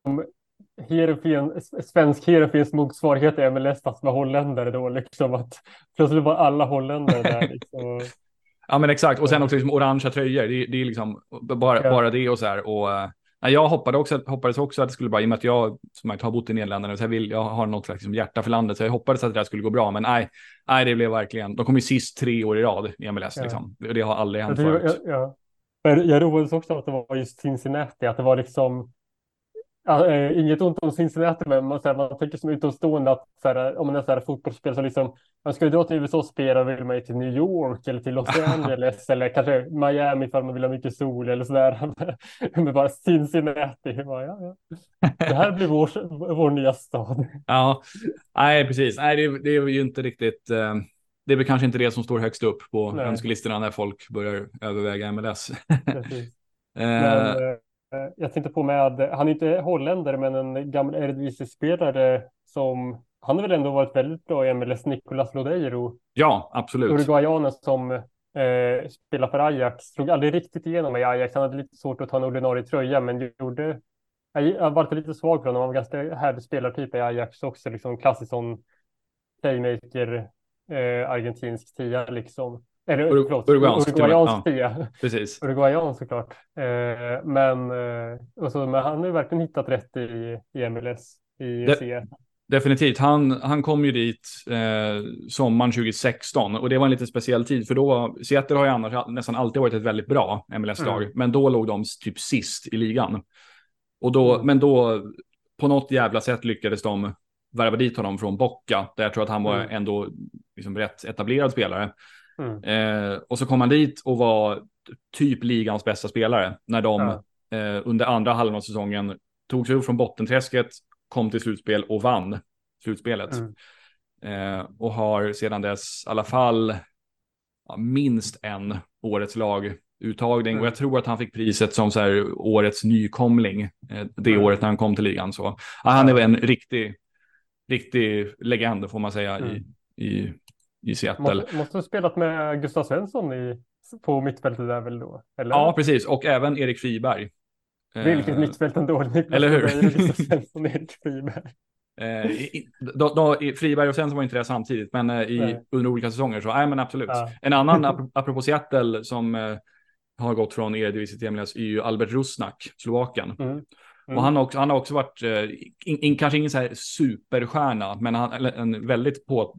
S2: Heerenveen, svensk Heerenveens motsvarighet i M L S fast med holländare då liksom, att plötsligt var alla holländare där liksom.
S1: Ja, men exakt, och sen också liksom orangea tröjor, det, det är liksom bara,
S2: Ja.
S1: bara det och så här. Och uh, jag hoppade också, hoppades också att det skulle bra, i och med att jag som sagt har bott i Nederländerna så jag, vill, jag har något slags liksom hjärta för landet, så jag hoppades att det där skulle gå bra, men nej, nej det blev verkligen, de kom ju sist tre år i rad i M L S
S2: Ja.
S1: liksom. Det har aldrig hänt
S2: Jag,
S1: förut.
S2: jag, ja. jag, jag roades också av att det var just Cincinnati, att det var liksom ja, eh, inget ont om Cincinnati, men man, så här, man tänker som utomstående att så här, om man är så här fotbollsspel så liksom, man ska ju dra till U S A och spela, vill man ju till New York eller till Los Angeles eller kanske Miami för man vill ha mycket sol eller sådär. Men bara Cincinnati, bara, ja, ja. Det här blir vår, vår nya stad.
S1: Ja, nej precis, nej det, det är ju inte riktigt, eh, det är väl kanske inte det som står högst upp på
S2: Nej.
S1: önskelistorna när folk börjar överväga M L S.
S2: Precis.
S1: eh,
S2: Men eh, jag tänkte på med, han är inte holländare men en gammal Eredivisie-spelare som, han har väl ändå varit väldigt bra i M L S, Nicolas Lodeiro.
S1: Ja, absolut.
S2: Uruguayanen som eh, spelar för Ajax. Slog aldrig riktigt igenom i Ajax. Han hade lite svårt att ta en ordinarie tröja, men gjorde... Jag var lite svag för honom. Han var ganska härlig spelartyp i Ajax också. Liksom klassisk sån playmaker, eh, argentinsk tia liksom. Eller
S1: Ur-
S2: förlåt,
S1: Uruguayansk,
S2: uruguayansk
S1: ja.
S2: tia.
S1: Precis.
S2: Uruguayan såklart. Eh, men, eh, och så, men han har ju verkligen hittat rätt i, i M L S. I
S1: Det-
S2: C.
S1: Definitivt, han, han kom ju dit eh, sommaren tjugo sexton och det var en lite speciell tid för då, Seattle har ju annars nästan alltid varit ett väldigt bra M L S-lag,
S2: Mm.
S1: men då låg de typ sist i ligan. Och då,
S2: Mm.
S1: Men då på något jävla sätt lyckades de värva dit honom från Boca, där jag tror att han var
S2: Mm.
S1: ändå liksom rätt etablerad spelare.
S2: Mm.
S1: Eh, och så kom han dit och var typ ligans bästa spelare när de
S2: Ja.
S1: eh, under andra halvan av säsongen tog sig upp från bottenträsket, kom till slutspel och vann slutspelet.
S2: Mm.
S1: Eh, och har sedan dess i alla fall ja, minst en årets laguttagning.
S2: Mm.
S1: Och jag tror att han fick priset som så här, årets nykomling eh, det
S2: Mm.
S1: året när han kom till ligan. Så, ja, han är
S2: Ja.
S1: väl en riktig, riktig legend får man säga
S2: Mm.
S1: i, i, i Seattle.
S2: Måste, måste ha spelat med Gustav Svensson i, på mittfältet där väl då? Eller?
S1: Ja, precis. Och även Erik Friberg.
S2: Vilket
S1: Eh,
S2: mittfält ändå. Niklas
S1: eller hur?
S2: Friberg och Gustav Svensson och Erik Friberg.
S1: Eh, i, då, då, i Friberg och sen så var inte det samtidigt, men eh, i,
S2: Nej.
S1: under olika säsonger så, nej men absolut.
S2: Ja.
S1: En annan, ap- apropå Seattle, som eh, har gått från Eredivisie till M L S är ju Albert Rusnak, Slovaken.
S2: Mm. Mm.
S1: Och han har också, han har också varit, eh, in, in, kanske ingen så här superstjärna, men han, eller en väldigt på,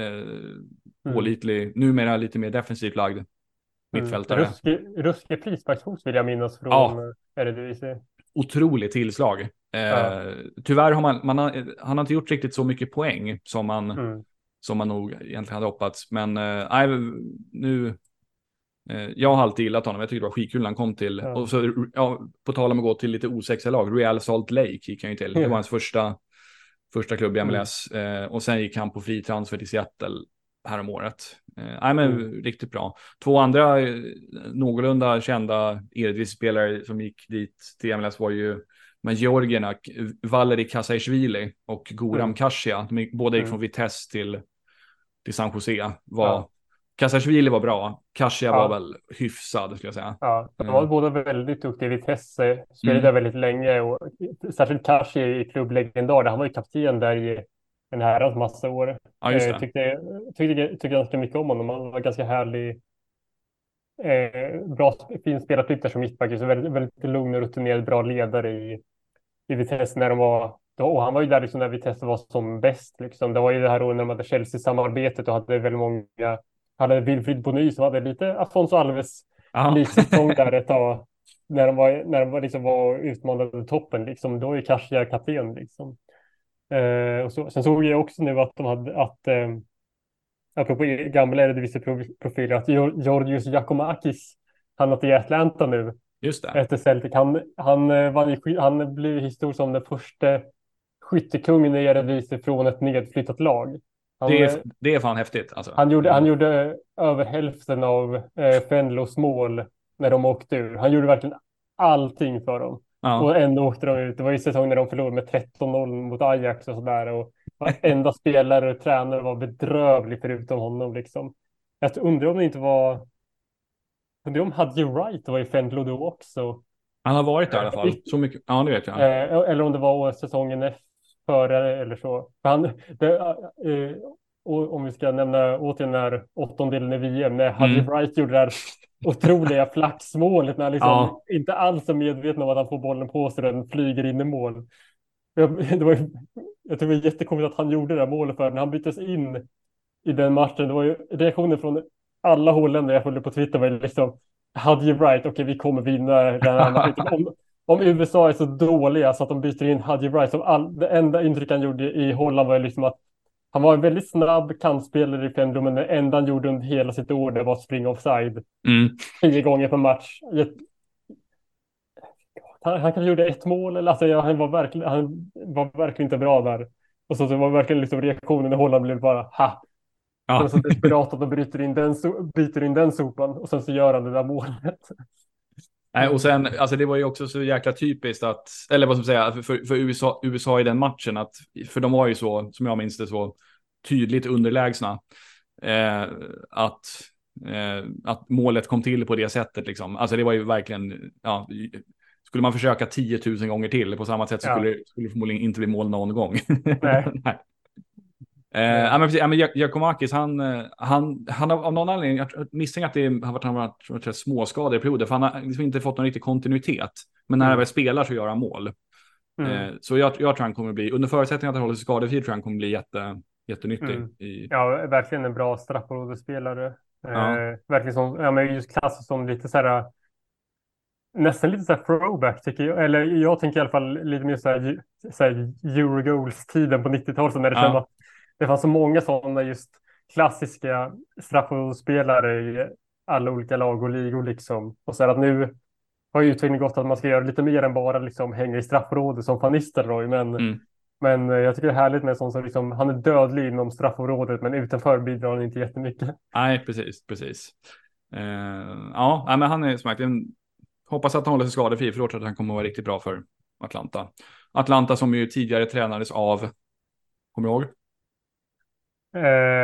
S1: eh, pålitlig, numera lite mer defensivt lagd mittfältare.
S2: Mm. Ruskig, ruskig frisparksfot vill jag minnas från
S1: Ja.
S2: Eredivisie.
S1: Otroligt tillslag. Eh,
S2: Ja.
S1: Tyvärr har man, man har, han har inte gjort riktigt så mycket poäng som man,
S2: Mm.
S1: som man nog egentligen hade hoppats. Men eh, nej, nu, eh, jag har alltid gillat honom. Jag tycker det var skitkul när han kom till,
S2: Ja.
S1: och så, ja, på tal om att gå till lite osexiga lag, Real Salt Lake gick han ju till. Det
S2: Ja.
S1: var hans första, första klubb i M L S. Eh, och sen gick han på fri transfer till Seattle här om året. Eh, nej men
S2: Mm.
S1: riktigt bra. Två andra eh, någorlunda kända Eredivisie-spelare som gick dit till M L S var ju med georgierna, Valeri Kasaishvili och Goram
S2: Mm.
S1: Kasia. De båda gick
S2: Mm.
S1: från Vitesse till, till San Jose var...
S2: Ja.
S1: Kasashvili var bra. Kasia
S2: Ja.
S1: var väl hyfsad, skulle jag säga.
S2: Ja, de
S1: Mm.
S2: var båda väldigt duktiga. Vitesse spelade
S1: Mm.
S2: där väldigt länge och särskilt Kashi i klubblegendar. Han var ju kapten där i en herrans massa år.
S1: Ja, just
S2: Eh,
S1: det.
S2: tyckte, tyckte, tyckte ganska mycket om honom. Han var ganska härlig. Eh, bra, fin spelartyp där som mittback. Så väldigt, väldigt lugn och rutinerad, bra ledare i, i Vitesse när de var... Då, och han var ju där liksom när Vitesse var som bäst. Liksom. Det var ju det här året när de hade Chelsea-samarbetet och hade väldigt många... Hade Wilfried Bony som hade lite Afonso Alves
S1: Ja.
S2: liksäsong där ett tag. När de var, när de var, liksom var utmanade toppen. Liksom, då är Kasia kapten. Liksom. Eh, och så, sen såg jag också nu att de hade... Att, eh, apropå gamla Eredivisie-profiler, att Georgios Giacomakis hamnat i Atlanta nu.
S1: Just det.
S2: Efter Celtic. Han, han, var, han blev historisk som den första skyttekungen i Eredivisie från ett nedflyttat lag. Han,
S1: Det är, det är fan häftigt. Alltså.
S2: han, gjorde, han gjorde över hälften av eh, Fenlos mål när de åkte ur. Han gjorde verkligen allting för dem.
S1: Ja.
S2: Och ändå åkte de ut. Det var ju säsong när de förlorade med tretton noll mot Ajax och sådär. Och varenda spelare och tränare var bedrövlig förutom honom. Liksom. Jag undrar om det inte var... Undrar om Hadji Wright var i Fenlo då också.
S1: Han har varit där i alla fall. Så mycket. Ja, det vet jag.
S2: Eh, eller om det var säsongen efter före eller så. För han, det, eh, och om vi ska nämna återigen när åttondelen i V M, när Hadji
S1: Mm.
S2: Wright gjorde det där otroliga flaxmålet när han liksom
S1: Ja.
S2: inte alls är medveten om att han får bollen på sig och den flyger in i mål. Jag, det var, jag tror det var jättekomiskt att han gjorde det där målet för när han byttes in i den matchen. Det var ju reaktioner från alla holländare jag följde på Twitter var ju liksom Hadji Wright, okej okay, vi kommer vinna den här matchen. Om, om U S A är så dåliga så att de byter in Hadji Wright, som all, det enda intryck han gjorde i Holland var liksom att han var en väldigt snabb kantspelare i Fenlo, men det enda han gjorde under hela sitt år det var att springa offside
S1: Mm.
S2: tio gånger per match. Han, han kanske gjorde ett mål, eller alltså, ja, han, var verkligen, han var verkligen inte bra där. Och så, så var verkligen liksom reaktionen i Holland blev bara ha.
S1: Ja.
S2: Och så desperat att de bryter in, den, byter in den sopan och sen så gör han det där målet.
S1: Nej, och sen, alltså det var ju också så jäkla typiskt att, eller vad ska man säga, för, för U S A, U S A i den matchen, att, för de var ju så, som jag minns det, så tydligt underlägsna. Eh, att, eh, att målet kom till på det sättet liksom. Alltså det var ju verkligen, ja, skulle man försöka tio tusen gånger till på samma sätt så
S2: Ja.
S1: skulle, skulle det förmodligen inte bli mål någon gång.
S2: Nej.
S1: Nej. Eh, ja. men precis, ja, men Giacomakis, han, han, han har av någon anledning, jag misstänker att det har varit, han har varit, varit småskador i perioder, för han har liksom inte fått någon riktig kontinuitet. Men när
S2: Mm.
S1: han väl spelar så gör han mål.
S2: Mm.
S1: Eh, så jag, jag tror han kommer bli, under förutsättning att han håller sig skadefri, tror jag han kommer bli jätte, jättenyttig.
S2: Mm.
S1: I...
S2: Ja, verkligen en bra straffområdesspelare.
S1: Ja.
S2: Eh, verkligen som, ja men just klass som lite så här, nästan lite så här throwback tycker jag. Eller jag tänker i alla fall lite mer så här, så här Eurogoals-tiden på nittiotalet, när det
S1: Ja.
S2: kändes att det fanns så många sådana just klassiska straffområdesspelare i alla olika lag och ligor liksom. Och så här att nu har ju utvecklingen gått att man ska göra lite mer än bara liksom hänga i straffområdet som Van Nistelrooy. Men,
S1: Mm.
S2: men jag tycker det är härligt med en sån som liksom, han är dödlig inom straffområdet men utanför bidrar han inte jättemycket.
S1: Nej, precis, precis. Eh, ja, nej, men han är som sagt, en, hoppas att han håller sig skadefri, för då tror jag att han kommer att vara riktigt bra för Atlanta. Atlanta som ju tidigare tränades av, kommer du ihåg?
S2: Eh,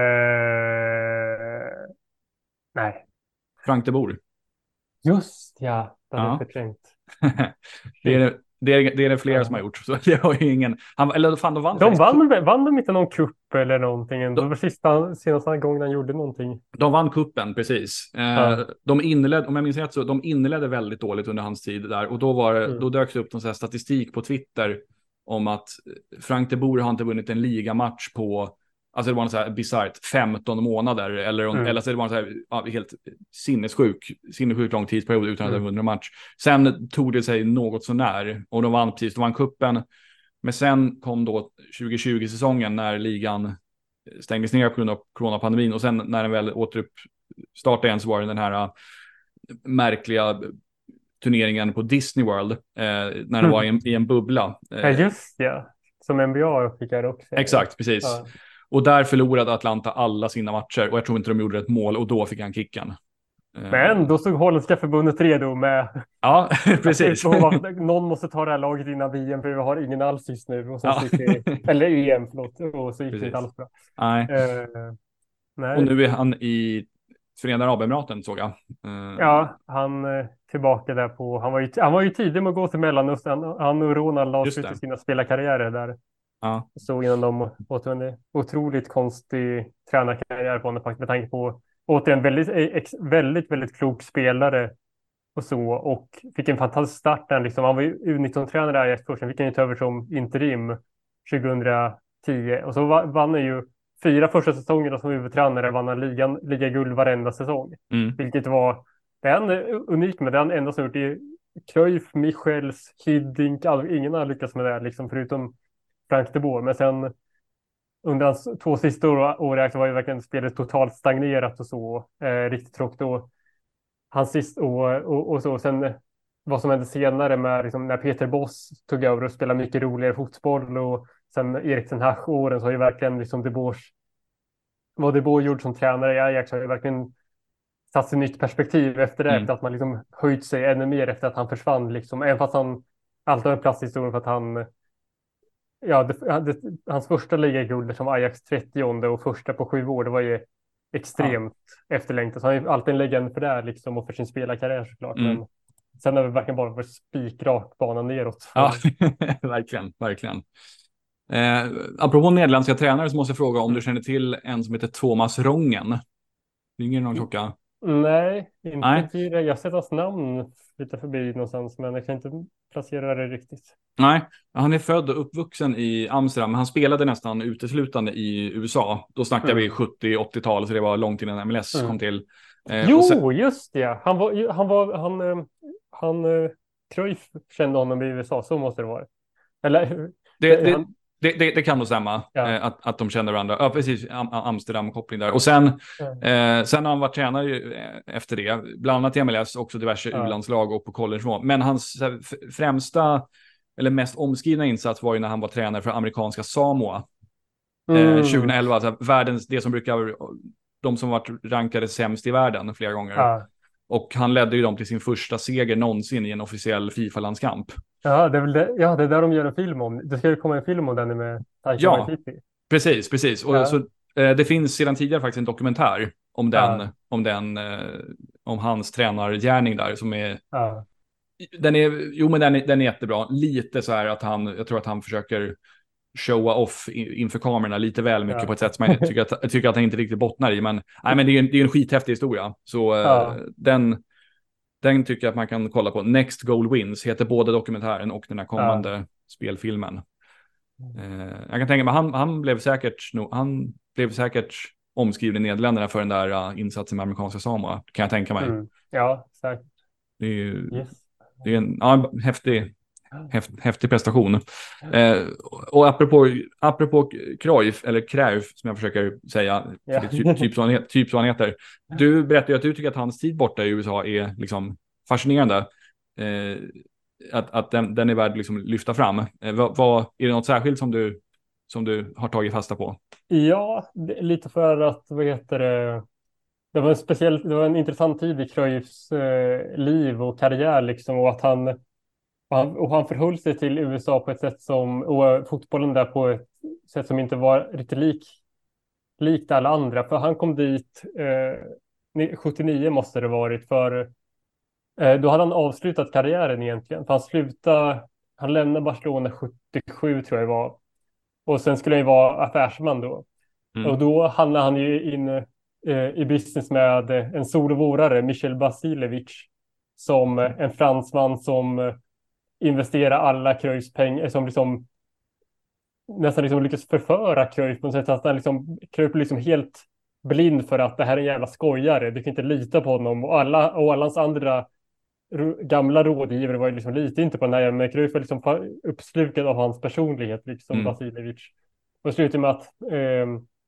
S2: nej.
S1: Frank de Boer.
S2: Just ja, det hade
S1: Ja.
S2: jag förträngt.
S1: det, är, det, är, det är det flera
S2: Ja.
S1: som har gjort. Så det var ju ingen... Han, eller fan, de vann
S2: De
S1: faktiskt-
S2: vann, vann de inte någon kupp eller någonting? Det
S1: De-
S2: var sista, senaste gången han gjorde någonting.
S1: De vann kuppen, precis. Eh,
S2: Ja.
S1: De inledde, om jag minns rätt, så de inledde väldigt dåligt under hans tid där. Och då, var, det-
S2: Mm.
S1: då dök det upp någon sån här statistik på Twitter om att Frank de Boer har inte vunnit en ligamatch på, alltså det var en så här bisarrt femton månader. Eller, om,
S2: Mm.
S1: eller så det var en så här, ja, helt sinnessjuk, sinnessjuk lång tidsperiod utan att
S2: Mm.
S1: ha vunnit en match. Sen tog det sig något så när och de vann precis, de vann kuppen. Men sen kom då tjugo tjugo-säsongen när ligan stängdes ner på grund av coronapandemin, och sen när den väl återuppstartade igen så var det den här äh, märkliga turneringen på Disney World äh, när den
S2: Mm.
S1: var i en, i en bubbla. Äh,
S2: Ja, just ja. Som N B A fick jag också.
S1: exakt, precis.
S2: Ja.
S1: Och där förlorade Atlanta alla sina matcher och jag tror inte de gjorde ett mål och då fick han kicken. Äh,
S2: Men då stod Holländska förbundet redo med
S1: ja, precis.
S2: någon måste ta det här laget innan V M för vi har ingen alls just nu. Och sen
S1: Ja.
S2: så gick det, eller E M, förlåt. Och så gick det
S1: Precis.
S2: inte alls bra.
S1: Nej.
S2: Eh,
S1: Och
S2: Nej.
S1: nu är han i Förenade Arabemiraten såg jag. Eh,
S2: Ja, han eh, tillbaka där på, han var ju, han var ju tidig med att gå till Mellanöstern. Han, han och Ronald
S1: just
S2: avslutade
S1: det.
S2: sina spelarkarriärer där.
S1: Ja.
S2: Så innan de återvände. Otroligt konstig tränarkarriär på honom faktiskt med tanke på återigen väldigt, ex, väldigt, väldigt klok spelare och så och fick en fantastisk start där liksom. Han var ju U nitton-tränare där i ett först, sen fick han ju ta över som interim tjugohundratio och så va- vann han ju fyra första säsongerna som huvudtränare vann han ligan, ligaguld varenda säsong.
S1: Mm.
S2: Vilket var, det är han unikt med, det är han enda som gjort det. Cruyff, Michels, Hiddink, all, ingen har lyckats med det liksom förutom Frank de Boer. Men sen under hans två sista år, år så var ju verkligen spelet totalt stagnerat och så. Eh, riktigt tråkigt. Och hans sist och, och, och så. Sen vad som hände senare med liksom, när Peter Bosz tog över och spelade mycket roligare fotboll och sen Erik ten Hag-åren så har ju verkligen liksom De Boers, vad De Boer gjorde som tränare i Ajax har ju verkligen satt sig nytt perspektiv efter det.
S1: Mm.
S2: Efter att man liksom höjt sig ännu mer efter att han försvann liksom. Även fast han alltid har en plats i historien för att han ja, det, det, hans första ligaguld som Ajax trettionde och första på sju år, det var ju extremt ja. efterlängtat. Så han är ju alltid en legend för det här liksom och för sin spelarkarriär såklart. Mm. Men sen har vi verkligen bara varit spikrak banan neråt.
S1: Ja, verkligen, verkligen. Eh, apropå nederländska tränare så måste jag fråga om du känner till en som heter Thomas Rongen. Ringer någon klocka?
S2: Nej, inte
S1: Nej.
S2: direkt. Jag har sett hans namn lite förbi någonstans, men jag kan inte placera det riktigt.
S1: Nej, han är född och uppvuxen i Amsterdam. Han spelade nästan uteslutande i U S A. Då snackade mm. vi sjuttio-åttiotal, så det var långt innan M L S mm. kom till.
S2: Eh, jo, sen... just det. Han var, han var, han, han, han Cruyff kände honom i U S A, så måste det vara. Eller...
S1: Det, det, han... det, det, det kan nog stämma, ja. eh, att, att de kände varandra. Ja, precis, Am Amsterdam-koppling där. Och sen, mm. eh, sen har han varit tränare efter det. Bland annat i M L S, också diverse ja. U-landslag och på college. Men hans främsta... eller mest omskrivna insats var ju när han var tränare för amerikanska Samoa. Mm. Eh, tjugoelva, alltså världens, det som brukar, de som varit rankade sämst i världen flera gånger. Ja. Och han ledde ju dem till sin första seger någonsin i en officiell FIFA-landskamp.
S2: Ja, det är väl det, ja, det är där de gör en film om. Det ska ju komma en film om den med Taika
S1: Ja,
S2: Waititi.
S1: precis, precis. Och ja. så, eh, det finns sedan tidigare faktiskt en dokumentär om den, ja. om den, eh, om hans tränargärning där som är... Ja. Den är, jo men den är, den är jättebra. Lite så här att han, jag tror att han försöker showa off inför kamerorna lite väl mycket ja. på ett sätt som jag tycker att, jag tycker att han inte riktigt bottnar i. Men, nej, men det är en, det är en skithäftig historia. Så ja. uh, den, den tycker jag att man kan kolla på. Next Goal Wins heter både dokumentären och den här kommande ja. spelfilmen. Uh, jag kan tänka mig, han, han blev säkert han blev säkert omskriven i Nederländerna för den där uh, insatsen med amerikanska Samoa. Kan jag tänka mig. Mm.
S2: Ja, säkert.
S1: Det är ju... Yes. Det är en ja, häftig, häft, häftig prestation. Eh, och apropå, apropå Cruyff, eller Cruyff som jag försöker säga, för det är typ, typ, så han, typ så han heter. Du berättade ju att du tycker att hans tid borta i U S A är liksom fascinerande. Eh, att att den, den är värd att liksom lyfta fram. Eh, vad, vad, är det något särskilt som du, som du har tagit fasta på?
S2: Ja, lite för att, vad heter det... Det var en speciell, det var en intressant tid i Cruyffs eh, liv och karriär liksom och att han och, han och han förhöll sig till U S A på ett sätt som och fotbollen där på ett sätt som inte var riktigt lik likt alla andra, för han kom dit eh, sjuttionio måste det varit, för eh, då hade han avslutat karriären egentligen, för han slutade, han lämnade Barcelona sjuttiosju tror jag det var, och sen skulle han ju vara affärsman då. Mm. Och då hamnade han ju in i business med en solovorare, Michel Basilevich, som en fransman som investerar alla Cruyffs pengar, som liksom nästan liksom lyckas förföra Cruyff på något sätt, att han liksom, Cruyff liksom helt blind för att det här är en jävla skojare, du kan inte lita på honom, och alla, och alla hans andra gamla rådgivare var ju liksom lite inte på den här, men Cruyff var liksom uppslukad av hans personlighet liksom, mm. Basilevich. Och slutar med att eh,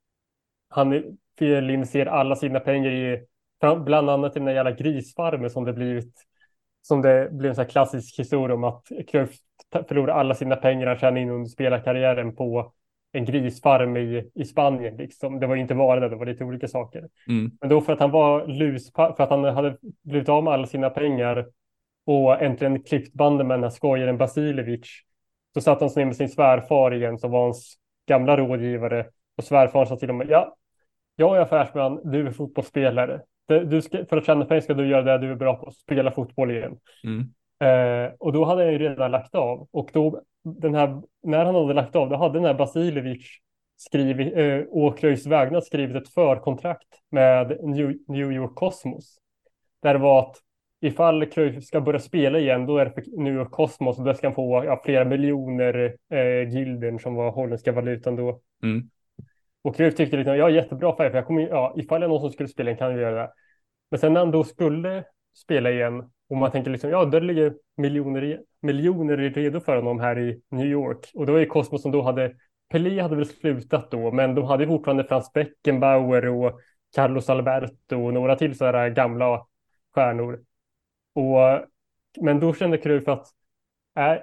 S2: han felinvesterar alla sina pengar i bland annat i den där jävla grisfarmen som det blivit, som det blev en sån här klassisk historia om att Cruyff förlorar alla sina pengar han tjänade in under spelarkarriären på en grisfarm i, i Spanien liksom. Det var ju inte bara det, det var lite olika saker. Mm. Men då för att han var lus, för att han hade blivit av med alla sina pengar och äntligen klippt banden med den här skojaren Basilevich, så satt han sig ner med sin svärfar igen som var hans gamla rådgivare, och svärfar sa till honom, ja, Jag är affärsman, du är fotbollsspelare. Det- Du ska, för att tjäna pengar ska du göra det du är bra på, spela fotboll igen.
S1: Mm.
S2: Eh, och då hade han ju redan lagt av. Och då, den här, när han hade lagt av, då hade den här Vasiljevic skrivit, eh, å Cruyffs vägnar skrivit ett förkontrakt med New, New York Cosmos. Där det var att ifall Cruyff ska börja spela igen, då är det för New York Cosmos och då ska han få ja, flera miljoner eh, gilden som var holländska valutan då.
S1: Mm.
S2: Och Cruyff tyckte liksom, ja jättebra färg, för jag kommer, ju- ja, ifall jag någon som skulle spela igen kan jag göra det. Men sen när han då skulle spela igen och man tänker liksom, ja, där ligger miljoner, i- miljoner redo för honom här i New York. Och då är Cosmos som då hade, Pelé hade väl slutat då, men de hade fortfarande Franz Beckenbauer och Carlos Alberto och några till sådana gamla stjärnor. Och, men då kände Cruyff att, äh,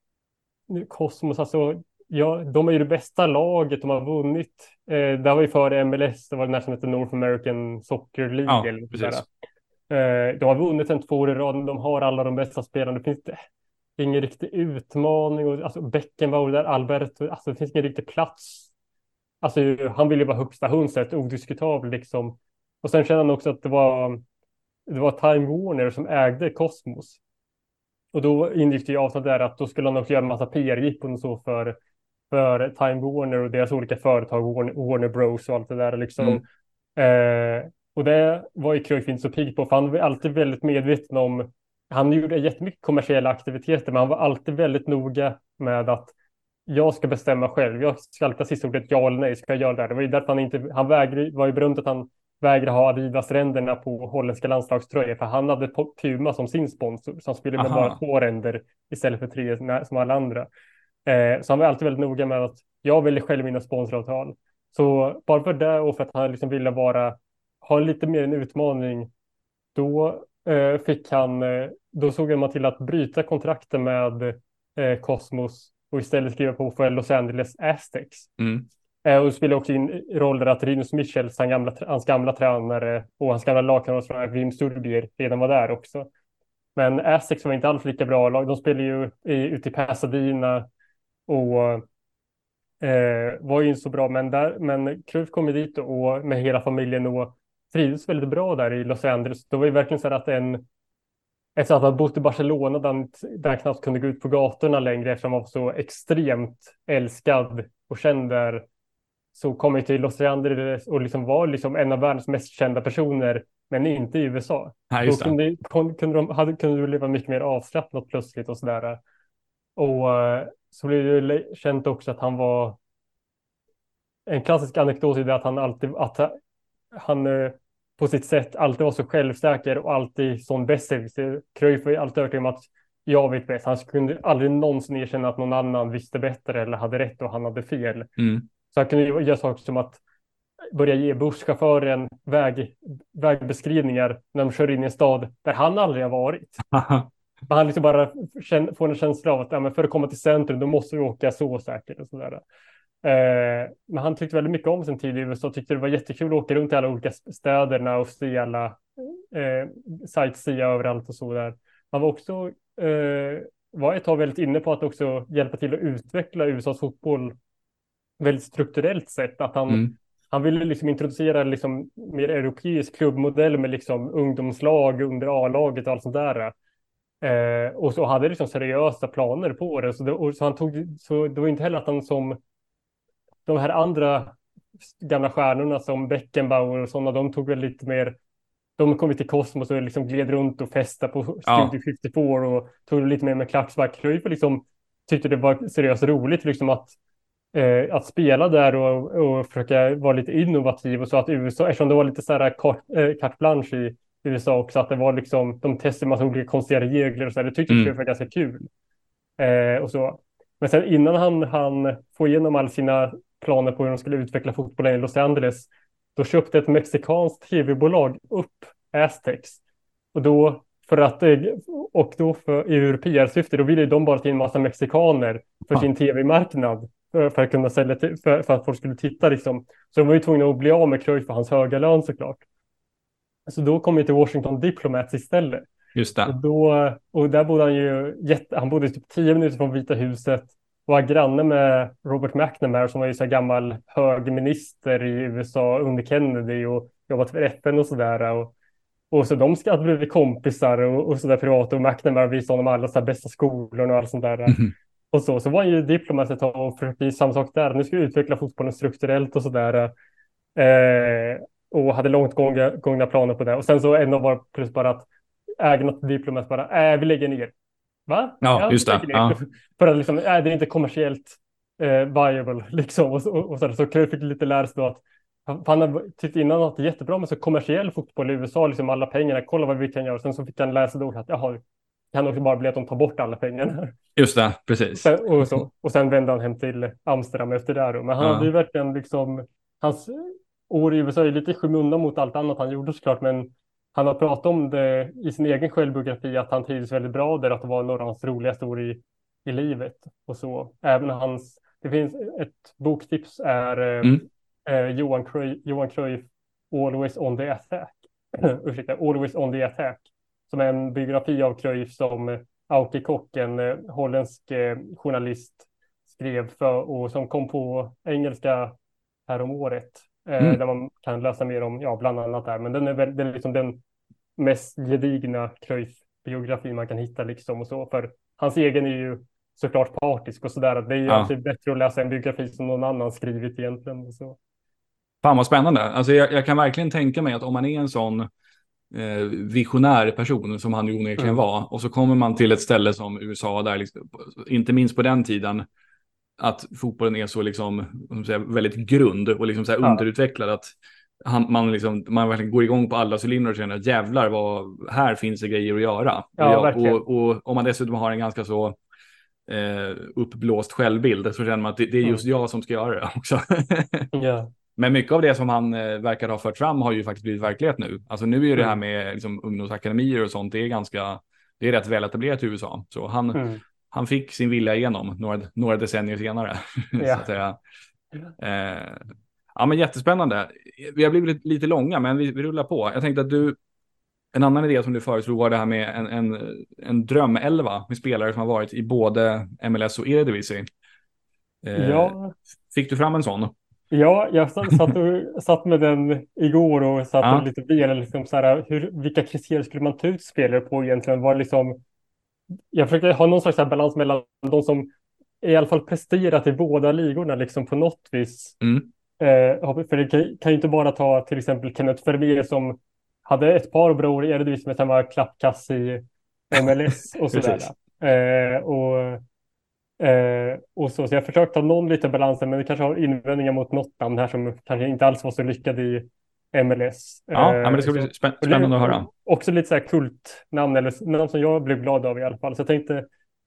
S2: nu Cosmos, alltså, ja, de är ju det bästa laget, de har vunnit. Eh, det var ju före M L S, det var det här som hette North American Soccer League
S1: Ja,
S2: eller något
S1: precis.
S2: sådär. Eh, de har vunnit en två år i rad, de har alla de bästa spelarna. Det finns det, ingen riktig utmaning. Och, alltså Beckenbauer där, Alberto, alltså det finns ingen riktig plats. Alltså han ville ju vara högsta hundset, odiskutabel liksom. Och sen kände han också att det var, det var Time Warner som ägde Cosmos. Och då ingick det ju avtal där att då skulle han också göra en massa P R-jippon och så för, för Time Warner och deras olika företag, Warner, Warner Bros och allt det där liksom.
S1: Mm.
S2: Eh, och det var ju Cruyff inte så pigg på, för han var alltid väldigt medveten om, han gjorde jättemycket kommersiella aktiviteter, men han var alltid väldigt noga med att jag ska bestämma själv. Jag ska alltid ha sista ordet, ja eller nej, ska jag göra det här? Det var ju därför han inte, han vägrade, var ju berömt att han vägrade ha Adidas-ränderna på holländska landslagströjor, för han hade Puma som sin sponsor, så han spelade med bara
S1: Aha.
S2: två ränder istället för tre som alla andra. Eh, så han var alltid väldigt noga med att jag ville själv mina sponsoravtal. Så bara för det och för att han liksom ville vara, ha lite mer en utmaning, då eh, fick han, eh, då såg man till att bryta kontrakten med eh, Cosmos och istället skriva på för Los Angeles Aztecs.
S1: Mm.
S2: Eh, och spelade också in roller att Rinus Michels, han gamla, hans gamla tränare och hans gamla lagkamrat från Wim Sturbier redan var där också. Men Aztecs var inte alls lika bra lag. De spelade ju i, ute i Pasadena och Eh, var ju inte så bra, men, där, men Cruyff kom ju dit och med hela familjen och trivdes väldigt bra där i Los Angeles. Det var ju verkligen så att en, efter att han bott i Barcelona där han, där han knappt kunde gå ut på gatorna längre eftersom han var så extremt älskad och känd där, så kom han till Los Angeles och liksom var liksom en av världens mest kända personer, men inte i U S A.
S1: Ja,
S2: Då
S1: just det.
S2: kunde, kunde, de, hade, kunde de leva mycket mer avslappnat plötsligt och sådär. Och eh, så blev det känt också att han var, en klassisk anekdot är det att han alltid, att han eh, på sitt sätt alltid var så självsäker och alltid sån besserwisser. Cruyff var ju alltid övertygad om att jag vet bäst. Han kunde aldrig någonsin erkänna att någon annan visste bättre eller hade rätt och han hade fel.
S1: Mm.
S2: Så han kunde ju göra saker som att börja ge busschauffören väg, vägbeskrivningar när de kör in i en stad där han aldrig har varit. Men han liksom bara känner, får en känsla av att ja, men för att komma till centrum då måste vi åka så säkert och sådär. Eh, men han tyckte väldigt mycket om sin tid i U S A, tyckte det var jättekul att åka runt i alla olika städerna och se alla eh, sightsea överallt och så där. Han var också eh, var ett tag väldigt inne på att också hjälpa till att utveckla U S As fotboll väldigt strukturellt sett. Att han,
S1: Mm.
S2: han ville liksom introducera liksom mer europeisk klubbmodell med liksom ungdomslag under A-laget och allt sånt där. Eh, och så hade liksom seriösa planer på det. Så, det, och så, han tog, så det var inte heller att han som de här andra gamla stjärnorna som Beckenbauer och sådana, de tog väl lite mer, de kom till Cosmos och liksom gled runt och festade på Studio
S1: Ja.
S2: femtiofyra och tog lite mer med klackspark. Cruyff liksom tyckte det var seriöst roligt liksom att, eh, att spela där och, och försöka vara lite innovativ och så att U S A, eftersom det var lite så här carte, eh, carte blanche i U S A också, att det var liksom, de testade en massa olika konstiga regler och så här, det tyckte
S1: Mm.
S2: Cruyff var ganska kul. Eh, och så. Men sen innan han, han får igenom alla sina planer på hur de skulle utveckla fotbollen i Los Angeles, då köpte ett mexikanskt tv-bolag upp Aztecs. Och då för att, och då för, ur P R-syfte, då ville de bara till en massa mexikaner för
S1: Ah.
S2: sin tv-marknad. För, för att kunna sälja till, för, för att folk skulle titta liksom. Så de var ju tvungna att bli av med Cruyff för hans höga lön såklart. Så då kom vi till Washington Diplomats istället.
S1: Just
S2: Och,
S1: det.
S2: då, och där bodde han ju, jätte, han bodde typ tio minuter från Vita huset. var granne med Robert McNamara som var ju så här gammal högminister i U S A under Kennedy och jobbat för F N och sådär. Och, och så de ska ha blivit kompisar och, och sådär privat. Och McNamara visade honom alla så här bästa skolorna och allt sånt där.
S1: Mhm.
S2: Och så, så var han ju diplomat ett tag och försökte samma sak där. Nu ska vi utveckla fotbollen strukturellt och sådär. Eh, och hade långt gångna, gångna planer på det. Och sen så ändå var plus bara att ägarna till diplomat bara, äh, vi lägger ner. Va?
S1: Ja, just det. Ja.
S2: För att liksom, äh, det är inte kommersiellt eh, viable liksom. Och, och, och så, så Cruyff fick lite lära sig då att han, han har tyckt innan att det är jättebra med så kommersiell fotboll i U S A, liksom alla pengarna, kolla vad vi kan göra. Sen så fick han lära sig då att jaha, det kan också bara bli att de tar bort alla pengarna.
S1: Just det, precis.
S2: Sen, och, så, och sen vände han hem till Amsterdam efter det då. Men han
S1: Ja.
S2: hade ju verkligen liksom, hans år i U S A är lite skymundan mot allt annat han gjorde såklart, men han har pratat om det i sin egen självbiografi att han trivdes väldigt bra där, att det var några av hans roligaste år i, i livet och så. Även hans, det finns ett boktips är
S1: Mm.
S2: eh, Johan Cruyff, Johan Cruyff Always on the attack. Ursäkta, Always on the attack. Som är en biografi av Cruyff som Auke Kok, en eh, holländsk eh, journalist, skrev för och som kom på engelska här om året. Eh,
S1: Mm.
S2: Där man kan läsa mer om, ja, bland annat där. Men den är väl, den är liksom den mest gedigna Cruyff-biografi man kan hitta liksom och så. För hans egen är ju såklart partisk och sådär. Det är ju
S1: Ja.
S2: alltid bättre att läsa en biografi som någon annan skrivit egentligen och så.
S1: Fan vad spännande. Alltså jag, jag kan verkligen tänka mig att om man är en sån eh, visionär person som han ju onekligen
S2: Mm.
S1: var, och så kommer man till ett ställe som U S A där, liksom, inte minst på den tiden, att fotbollen är så liksom, vad ska man säga, väldigt grund och liksom så här
S2: Ja.
S1: underutvecklad att han, man, liksom, man verkligen går igång på alla cylindrar och känner att jävlar, vad, här finns det grejer att göra.
S2: Ja,
S1: och, jag,
S2: verkligen.
S1: och, och om man dessutom har en ganska så eh, uppblåst självbild så känner man att det, det är just jag som ska göra det också.
S2: Ja.
S1: Men mycket av det som han eh, verkar ha fört fram har ju faktiskt blivit verklighet nu. Alltså nu är ju det här med liksom, ungdomsakademier och sånt, det är ganska, det är rätt väl etablerat i U S A. Så han,
S2: Mm.
S1: han fick sin vilja igenom några, några decennier senare.
S2: Ja.
S1: Så att säga. Eh, ja, men jättespännande. Vi har blivit lite, lite långa, men vi, vi rullar på. Jag tänkte att du, en annan idé som du föreslog var det här med en, en, en drömelva med spelare som har varit i både M L S och Eredivisie. Eh,
S2: Ja.
S1: Fick du fram en sån?
S2: Ja, jag satt, satt, och, satt med den igår och satt
S1: Ja.
S2: och lite vel, liksom så här, hur, vilka kriterier skulle man ta ut spelare på egentligen? Var liksom, jag försökte ha någon slags här balans mellan de som i alla fall presterat i båda ligorna liksom på något vis.
S1: Mm.
S2: Eh, för det kan, kan ju inte bara ta till exempel Kenneth Vermeer som hade ett par bra år i Eredivisie men sen var klappkass i M L S och sådär. eh, och Eh, och så, så jag försökt ta någon lite balans, men det kanske har invändningar mot något namn här som kanske inte alls var så lyckad i M L S.
S1: Ja,
S2: eh,
S1: ja men det ska
S2: så,
S1: bli spä- spännande att höra.
S2: Också lite så här kultnamn, eller namn som jag blev glad av i alla fall. Så jag tänkte,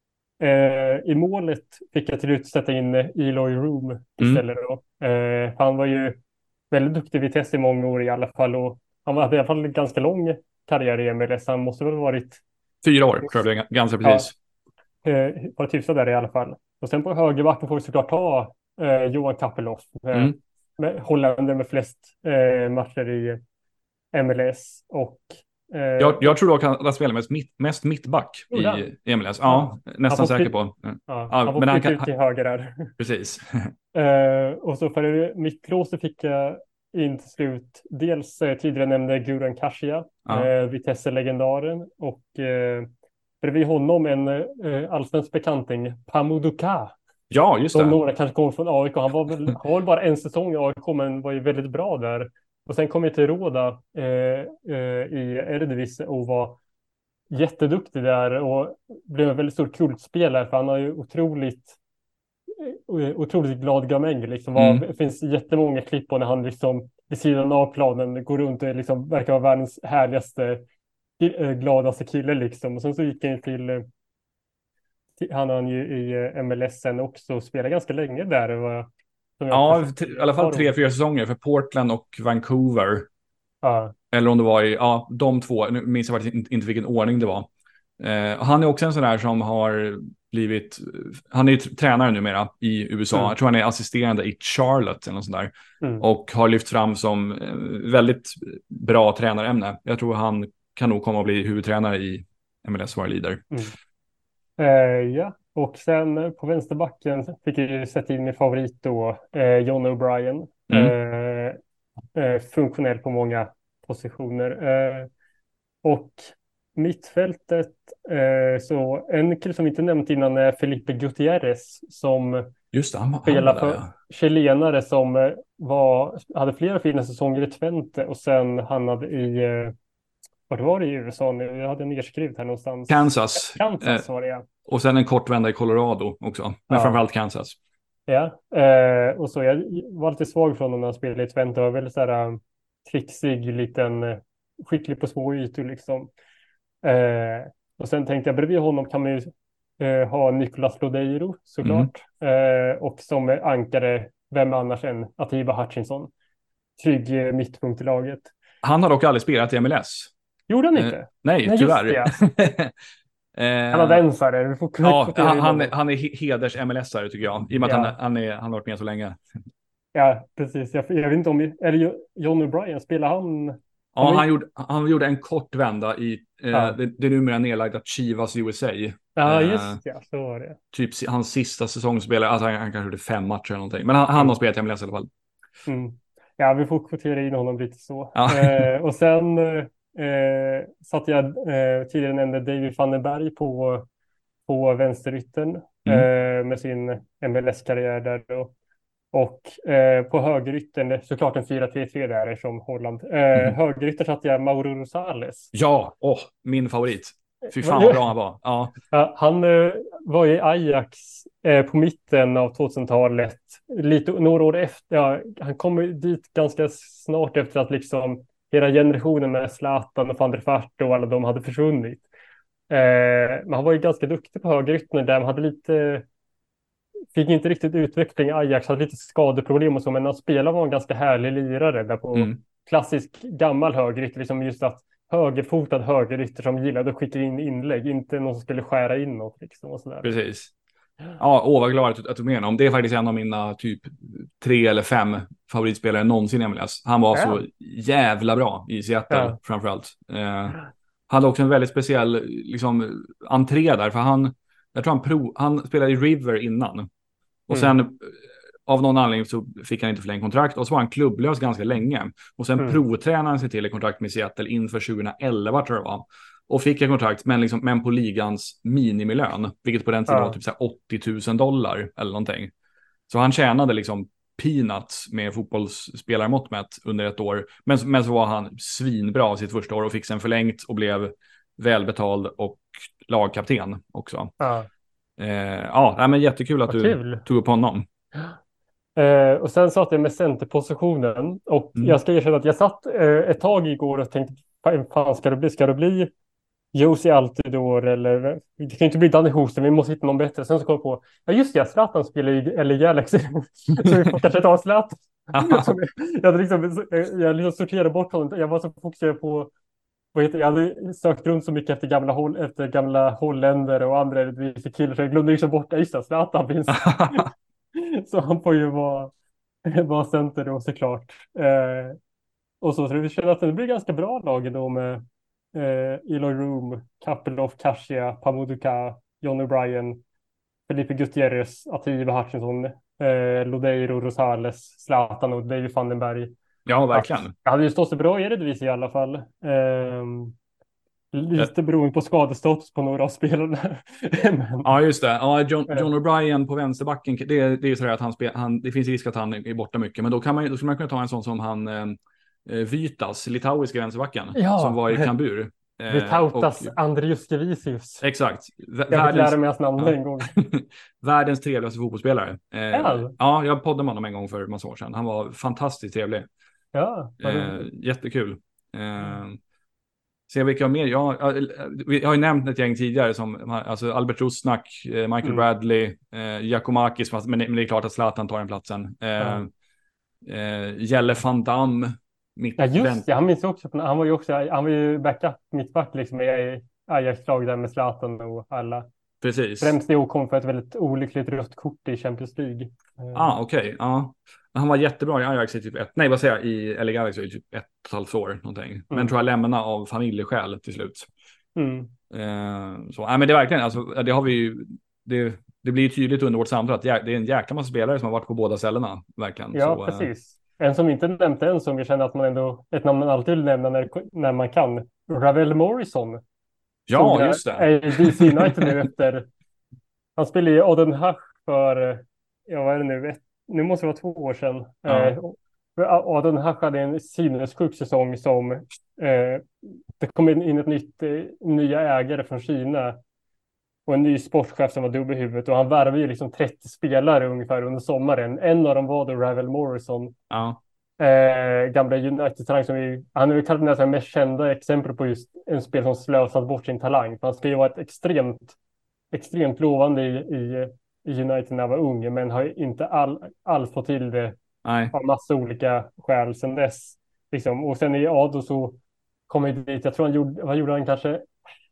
S2: eh, i målet fick jag till slut sätta in Eloy Room istället. Mm. Då. Eh, han var ju väldigt duktig vid test i många år i alla fall, och han hade i alla fall en ganska lång karriär i M L S. Han måste väl ha varit
S1: fyra år, tror jag det är ganska precis.
S2: Ja. Eh, var hyfsad där i alla fall. Och sen på högerbacken får vi såklart ta eh, Johan Kappelhoff. Eh,
S1: Mm.
S2: med Holländer med flest eh, matcher i M L S. Och, eh,
S1: jag, jag tror dock han spelar mest, mitt, mest mittback i, i M L S. Ja, ja. Nästan säker
S2: flyt,
S1: på.
S2: Ja,
S1: ja,
S2: han får
S1: men han
S2: kan,
S1: kan,
S2: ut till höger där.
S1: Precis.
S2: eh, och så för mittlås så fick jag in till slut dels eh, tidigare nämnde Guran Kasia,
S1: Ja.
S2: eh, Vitesse-legendaren, och eh, bredvid honom en eh, allsvensk bekanting, Pamuduka.
S1: Ja, just det.
S2: Som några kanske kommer från A I K. Han var väl, han var väl bara en säsong i A I K, men var ju väldigt bra där. Och sen kom jag till Råda eh, eh, i Eredivisie och var jätteduktig där och blev en väldigt stor kultspelare, för han har ju otroligt eh, otroligt glad gamäng. Liksom.
S1: Mm.
S2: Det finns jättemånga klipp på när han liksom vid sidan av planen går runt och liksom verkar vara världens härligaste, gladaste kille liksom. Och sen så gick han till, till han han ju i M L S sen också och spelade ganska länge där. Och,
S1: ja, i alla fall tre, fyra säsonger för Portland och Vancouver.
S2: Ja.
S1: Eller om det var i, ja, de två, nu minns jag faktiskt inte, inte vilken ordning det var. Eh, han är också en sån där som har blivit, han är ju tränare numera i U S A. Mm. Jag tror han är assisterande i Charlotte eller något sånt där. Mm. Och har lyft fram som väldigt bra tränarämne. Jag tror han kan nog komma att bli huvudtränare i M L S var leader.
S2: Mm. Uh, ja, och sen på vänsterbacken fick jag ju sätta in min favorit då, eh, John O'Brien.
S1: Mm.
S2: Eh, eh, funktionell på många positioner. Eh, och mittfältet, eh, så en kille som vi inte nämnt innan är Felipe Gutierrez som
S1: Just det, han, var- han var
S2: spelar
S1: där
S2: för
S1: ja.
S2: chilenare som eh, var, hade flera fina säsonger i Twente och sen hamnade i, eh, vart var det i U S A nu? Jag hade nedskrivet här någonstans.
S1: Kansas.
S2: Kansas
S1: Eh,
S2: var det, ja.
S1: och sen en kort vända i Colorado också. Men
S2: Ja.
S1: framförallt Kansas.
S2: Ja, eh, och så jag var lite svag från honom när han spelade i Twente. Han var väldigt så här um, trixig, liten, eh, skicklig på små ytor liksom. Eh, och sen tänkte jag bredvid honom kan man ju eh, ha Nicolas Lodeiro såklart. Eh, och som ankare, vem annars än Atiba Hutchinson. Trygg eh, mittpunkt i laget.
S1: Han har dock aldrig spelat i M L S.
S2: Gjorde han
S1: Eh,
S2: inte?
S1: nej,
S2: Nej,
S1: tyvärr.
S2: just det.
S1: eh,
S2: Kanadensare. Vi får
S1: ja,
S2: kvotera
S1: han,
S2: in
S1: han,
S2: honom.
S1: är, han är he- heders-M L S-are tycker jag. I och med
S2: Ja.
S1: att han, han, är, han har varit med så länge.
S2: Ja, precis. Jag, jag vet inte om... Är det John O'Brien? Spelar han...
S1: Ja,
S2: Han var-
S1: han gjorde, han gjorde en kort vända i eh,
S2: Ja.
S1: det, det numera nedlagda Chivas U S A.
S2: Ja,
S1: Eh,
S2: just ja. Så var det.
S1: Typ si- hans sista säsongsspelare, alltså han, han kanske gjorde fem matcher eller någonting. Men han, han har spelat i M L S i alla fall.
S2: Mm. Ja, vi får kvotera in honom lite så.
S1: Ja.
S2: Eh, och sen eh, satte jag eh, tidigare nämnde David van den Berg på, på vänsterytten
S1: Mm.
S2: eh, med sin M L S-karriär där då. Och eh, på högerytten, såklart en fyra tre tre där som Holland. Eh,
S1: Mm.
S2: Högerytter satte jag Mauro Rosales.
S1: Ja, åh, min favorit. Fy fan vad bra han var. Ja,
S2: Ja, han eh, var i Ajax eh, på mitten av tvåtusentalet. Lite, några år efter. Ja, han kom dit ganska snart efter att liksom hela generationen med Zlatan och van der Vaart och alla de hade försvunnit. Eh, men han var ju ganska duktig på högerytten där. Han hade lite, fick inte riktigt utveckling i Ajax. Hade lite skadeproblem och så. Men när han spelade var han en ganska härlig lirare där på
S1: Mm.
S2: klassisk gammal högerytter. Liksom just att högerfotad högerytter som gillade att skicka in inlägg, inte någon som skulle skära in något liksom och sådär.
S1: Precis. Ja, åh vad glad att, att du menar om. Det är faktiskt en av mina typ tre eller fem favoritspelare någonsin i M L S. Han var
S2: Ja.
S1: så jävla bra i Seattle
S2: Ja.
S1: framförallt. Eh, hade också en väldigt speciell liksom, entré där, för han, jag tror han, prov, han spelade i River innan. Och
S2: Mm.
S1: sen eh, av någon anledning så fick han inte förlängt kontrakt och så var han klubblös ganska länge. Och sen
S2: Mm.
S1: provtränade han sig till ett kontrakt med Seattle inför tjugoelva tror jag det var. Och fick ett kontrakt, men, liksom, men på ligans minimilön. Vilket på den tiden
S2: Ja.
S1: var typ så här åttio tusen dollar eller någonting. Så han tjänade liksom peanuts med fotbollsspelarmått mätt under ett år. Men, men så var han svinbra sitt första år och fick sen förlängt och blev välbetald och lagkapten också.
S2: Ja.
S1: Eh, ja, nej, men jättekul att
S2: Vad
S1: du
S2: kul.
S1: tog upp honom.
S2: Eh, och sen satt jag med centerpositionen och
S1: Mm.
S2: jag ska erkänna att jag satt eh, ett tag igår och tänkte, vad fan ska det bli? Ska det bli Josie Altidor eller det kan ju inte bli Danny Hosten, vi måste hitta någon bättre. Sen så kom jag på, ja just det, Zlatan spelar i L A Galaxy. Så vi får kanske ta Zlatan. jag hade liksom, jag hade liksom sorterat bort honom. Jag var så fokuserad på, vad heter, jag hade sökt runt så mycket efter gamla, holl, efter gamla holländare och andra killar så jag glömde liksom bort, ja just det, Zlatan finns. Så han får ju vara, vara center då såklart. Eh, och så, så vi känner att det blir ganska bra lag då med eh, Eloy Room, Kapelov, Kasia, Pamuduka, John O'Brien, Felipe Gutierrez, Atiba Hutchinson, eh, Lodeiro, Rosales, Zlatan och David van den Berg.
S1: Ja, verkligen.
S2: Det hade ju stått sig bra i Eredivisie i alla fall. Eh, lite beroende på skadestatus på några av spelarna. Men,
S1: Ja, just det. Ja, John, John O'Brien på vänsterbacken, det, det är ju så här att han, spel, han det finns risk att han är borta mycket, men då kan man då skulle man kunna ta en sån som han eh, Vytas, litauiska vänsterbacken,
S2: Ja.
S1: som var i Kambur. Eh,
S2: Vytautas
S1: och-
S2: Andriuskevicius.
S1: Exakt. V-
S2: Jag fick lära
S1: världens,
S2: mig hans namn
S1: Ja.
S2: en gång.
S1: världens trevligaste fotbollsspelare. Eh,
S2: Ja.
S1: ja, jag poddade med honom en gång för massa år sedan. Han var fantastiskt trevlig.
S2: Ja, vad
S1: Eh,
S2: roligt.
S1: jättekul. Eh, se vilka mer. Jag, jag, jag har ju nämnt ett gäng tidigare som alltså Albert Rusnak, eh, Michael
S2: Mm.
S1: Bradley, eh, Giacomakis, fast- men, det- men det är klart att Zlatan tar den platsen. Eh,
S2: Ja.
S1: eh, Jelle van Dam. Mitt
S2: Ja,
S1: vän-
S2: just det. Han minns jag också. Han var ju också, han var ju backup mittback liksom i Ajax-lag där med Zlatan och alla.
S1: Precis.
S2: Främst det kom för ett väldigt olyckligt rött kort i Champions League. Eh,
S1: Ah, okej. Ja. Han var jättebra i Ajax i typ ett, nej vad säger jag, i L A Galaxy i typ ett och ett halvt år någonting. Men
S2: Mm.
S1: tror jag lämnade av familjeskäl till slut.
S2: Mm.
S1: Eh, så, nej men det är verkligen, alltså det har vi ju det, det blir tydligt under vårt samtal att det är en jäkla massa spelare som har varit på båda ställena, verkligen.
S2: Ja,
S1: Så,
S2: precis. En som inte nämnt än, som jag känner att man ändå, ett namn man alltid vill nämna när, när man kan. Ravel Morrison. Såg
S1: ja,
S2: jag
S1: just det.
S2: är i D C United nu efter, han spelade i Odenhach för, ja vad är det nu, ett, nu måste det vara två år sedan.
S1: Ja.
S2: Eh, Odenhach hade en sinnessjuk säsong som, eh, det kom in ett nytt, eh, nya ägare från Kina. Och en ny sportchef som var dum i huvudet. Och han värvade ju liksom trettio spelare ungefär under sommaren. En av dem var då Ravel Morrison.
S1: Ja.
S2: Eh, gamla United-talang som vi, han är väl kanske nästan mest kända exempel på just en spel som slösat bort sin talang. För han ska ju vara ett extremt, extremt lovande i, i, i United när han var ung. Men har inte all, alls fått till det
S1: Nej.
S2: av massa olika skäl sedan dess. Liksom. Och sen i Ado så kom han dit. Jag tror han gjorde, vad gjorde han kanske?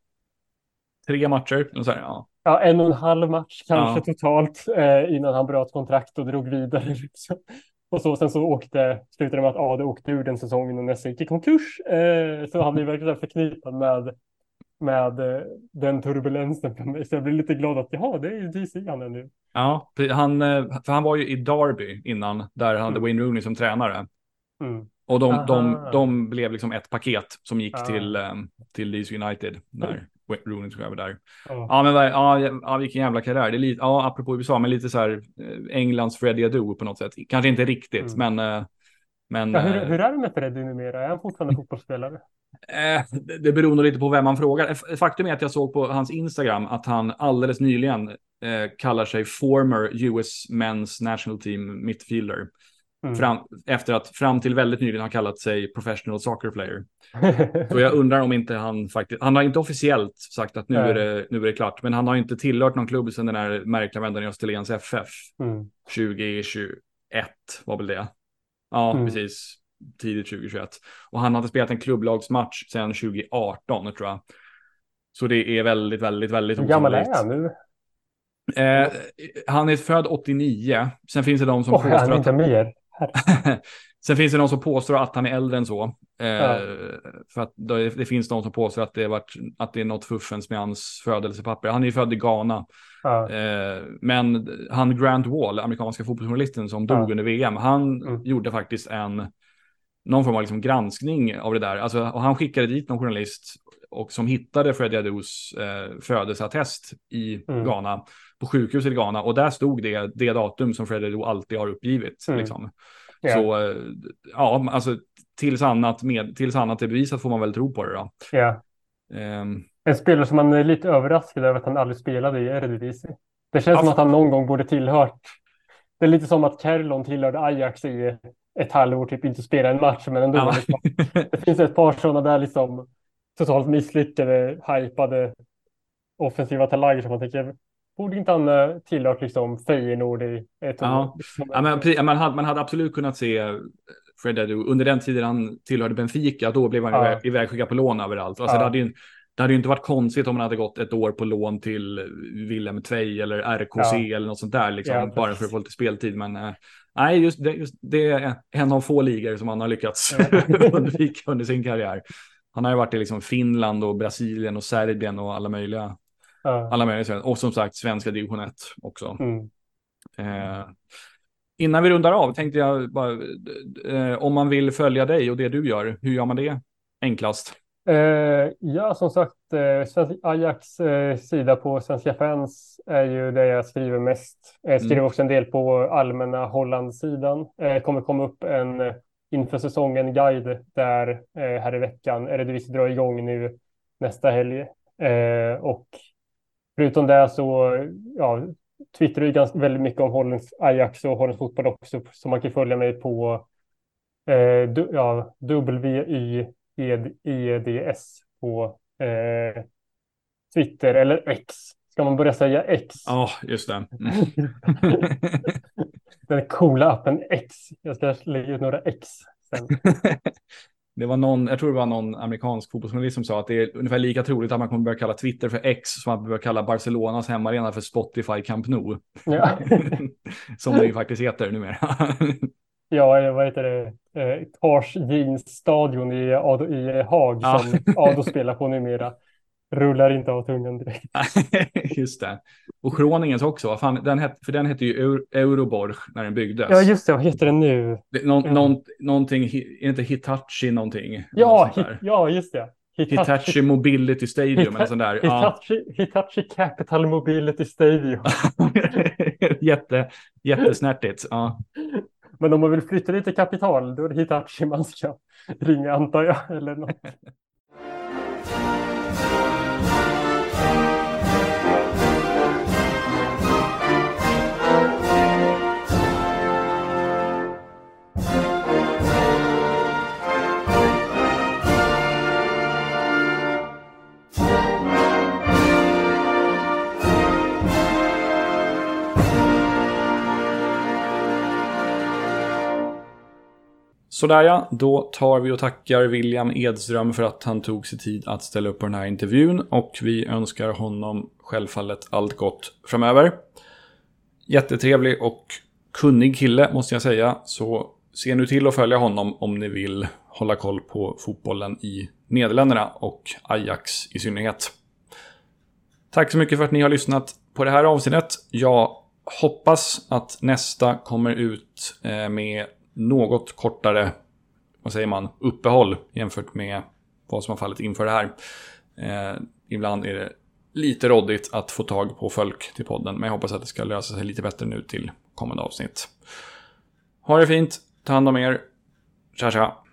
S1: Tre matcher, och så här, ja.
S2: Ja, en och en halv match kanske
S1: Ja.
S2: totalt eh, innan han bröt kontrakt och drog vidare. Liksom. Och så, sen så åkte, slutade det med att Ade åkte ur den säsongen och nästan gick i konkurs. Eh, så han är verkligen förknippad med, med eh, den turbulensen för mig. Så jag blir lite glad att jaha, det är ju D C han är nu.
S1: Ja, han, för han var ju i Derby innan, där han hade
S2: Mm.
S1: Wayne Rooney som tränare.
S2: Mm.
S1: Och de, de,
S2: Aha.
S1: de blev liksom ett paket som gick
S2: Ah.
S1: till, um, till D C United när Wayne Rooney tog över där.
S2: Ja.
S1: Ja, men ja, ja, vilken jävla karriär. Det är lite, ja, apropå U S A, men lite så här eh, Englands Freddie Adu på något sätt. Kanske inte riktigt,
S2: Mm.
S1: men... eh, men
S2: Ja, hur,
S1: eh,
S2: hur är det med Freddy numera? Är han fortfarande fotbollsspelare?
S1: Eh, det, det beror nog lite på vem man frågar. F- Faktum är att jag såg på hans Instagram att han alldeles nyligen eh, kallar sig former U S Men's National Team midfielder.
S2: Mm.
S1: Fram, efter att fram till väldigt nyligen har kallat sig professional soccer player. Så jag undrar om inte han faktiskt... Han har inte officiellt sagt att nu är det, nu är det klart. Men han har inte tillhört någon klubb sedan den här märkliga vändan i Österlens F F.
S2: Mm.
S1: tjugo tjugoett var väl det. Ja,
S2: Mm.
S1: precis. Tidigt tjugo tjugoett. Och han hade spelat en klubblagsmatch sedan tjugo arton, tror jag. Så det är väldigt, väldigt, väldigt
S2: Hur gammal är
S1: osannolikt.
S2: han nu?
S1: Eh, han är född åttionio. Sen finns det de som
S2: Åh, han
S1: påstår
S2: är
S1: att...
S2: inte mer.
S1: Sen finns det de som påstår att han är äldre än så. Eh,
S2: Ja.
S1: För att det, det finns de som påstår att det, är varit, att det är något fuffens med hans födelsepapper. Han är ju född i Ghana.
S2: Ja.
S1: Eh, men han Grant Wall, amerikanska fotbollsjournalisten som dog
S2: Ja.
S1: under V M, han
S2: Mm.
S1: gjorde faktiskt en någon form av liksom granskning av det där. Alltså, och han skickade dit någon journalist och som hittade Freddie Adus eh, födelseattest i
S2: Mm.
S1: Ghana, på sjukhuset i Ghana. Och där stod det, det datum som Freddie Adu alltid har uppgivit.
S2: Mm.
S1: Liksom.
S2: Ja.
S1: Så eh, ja, alltså tills annat, med, tills annat är bevisat får man väl tro på det då.
S2: Ja.
S1: Ehm,
S2: En spelare som man är lite överraskad över att han aldrig spelade i Eredivisie. Det känns
S1: Ja,
S2: som
S1: för-
S2: att han någon gång borde tillhört. Det är lite som att Kerlon tillhörde Ajax i ett halvår, typ inte spela en match, men ändå.
S1: ja.
S2: Liksom. Det finns ett par sådana där liksom totalt misslyckade, hypade offensiva talanger som man tänker, borde inte han eh, tillhört liksom Feyenoord i ett
S1: Ja.
S2: år? Liksom.
S1: Ja, men, precis, man, hade, man hade absolut kunnat se Fred Adu under den tiden han tillhörde Benfica. Då blev han
S2: Ja.
S1: iväg, ivägskickad på lån överallt. Alltså,
S2: Ja.
S1: det, hade ju, det hade ju inte varit konstigt om man hade gått ett år på lån till Willem Tvei eller R K C
S2: Ja.
S1: eller något sånt där. Liksom,
S2: Ja,
S1: bara
S2: precis.
S1: för att få lite speltid. Men eh, nej, just det, just det är en av få ligor som han har lyckats
S2: Ja.
S1: undvika under sin karriär. Han har ju varit i liksom Finland och Brasilien och Serbien och alla möjliga.
S2: Ja.
S1: Alla möjliga. Och som sagt, svenska division ett också.
S2: Mm.
S1: Eh, innan vi rundar av tänkte jag bara, eh, om man vill följa dig och det du gör, hur gör man det enklast?
S2: Eh, ja, som sagt, eh, Svensk Ajax eh, sida på Svenska fans är ju det jag skriver mest. Jag skriver
S1: Mm.
S2: också en del på allmänna Holland-sidan. Eh, kommer komma upp en eh, inför säsongen guide där eh, här i veckan. Eredivisie drar igång nu nästa helg. Eh, och förutom det så ja, twittrar jag ganska väldigt mycket om Hollands Ajax och Hollands fotboll också. Så man kan följa mig på eh, du, ja, W Y E D S på eh, Twitter eller X. Ska man börja säga X?
S1: Ja, just det. Mm.
S2: Den coola appen X. Jag ska lägga ut några X sen.
S1: Det var någon, jag tror det var någon amerikansk fotbollsjournalist som sa att det är ungefär lika troligt att man kommer börja kalla Twitter för X som att man börjar kalla Barcelonas hemmaarena för Spotify Camp Nou.
S2: Ja,
S1: Som det ju faktiskt heter numera.
S2: ja vad heter det? Eh, Tars Jeans stadion i, Ado, i Haag
S1: Ja.
S2: som Ado spelar på numera. rullar inte av tungan direkt.
S1: Just det. Och Groningens också. Vad fan, den het, för den hette ju Eur, Euroborg när den byggdes.
S2: Ja, just det. Vad heter den nu?
S1: Det, någon,
S2: Ja.
S1: någon, någonting, är inte Hitachi någonting?
S2: Ja,
S1: Något
S2: hi, ja, just det.
S1: Hitachi, Hitachi Mobility Stadium
S2: Hita,
S1: eller sån där.
S2: Hitachi, ja. Hitachi Capital Mobility Stadium.
S1: Jätte, jättesnärtigt. Ja.
S2: Men om man vill flytta lite kapital, då är det Hitachi man ska ringa, antar jag. Eller något.
S1: Sådär ja, då tar vi och tackar William Edström för att han tog sig tid att ställa upp på den här intervjun, och vi önskar honom självfallet allt gott framöver. Jättetrevlig och kunnig kille måste jag säga, så se nu till att följa honom om ni vill hålla koll på fotbollen i Nederländerna och Ajax i synnerhet. Tack så mycket för att ni har lyssnat på det här avsnittet. Jag hoppas att nästa kommer ut med något kortare, vad säger man, uppehåll jämfört med vad som har fallit inför det här. Eh, ibland är det lite råddigt att få tag på folk till podden, men jag hoppas att det ska lösa sig lite bättre nu till kommande avsnitt. Ha det fint, ta hand om er, tja tja.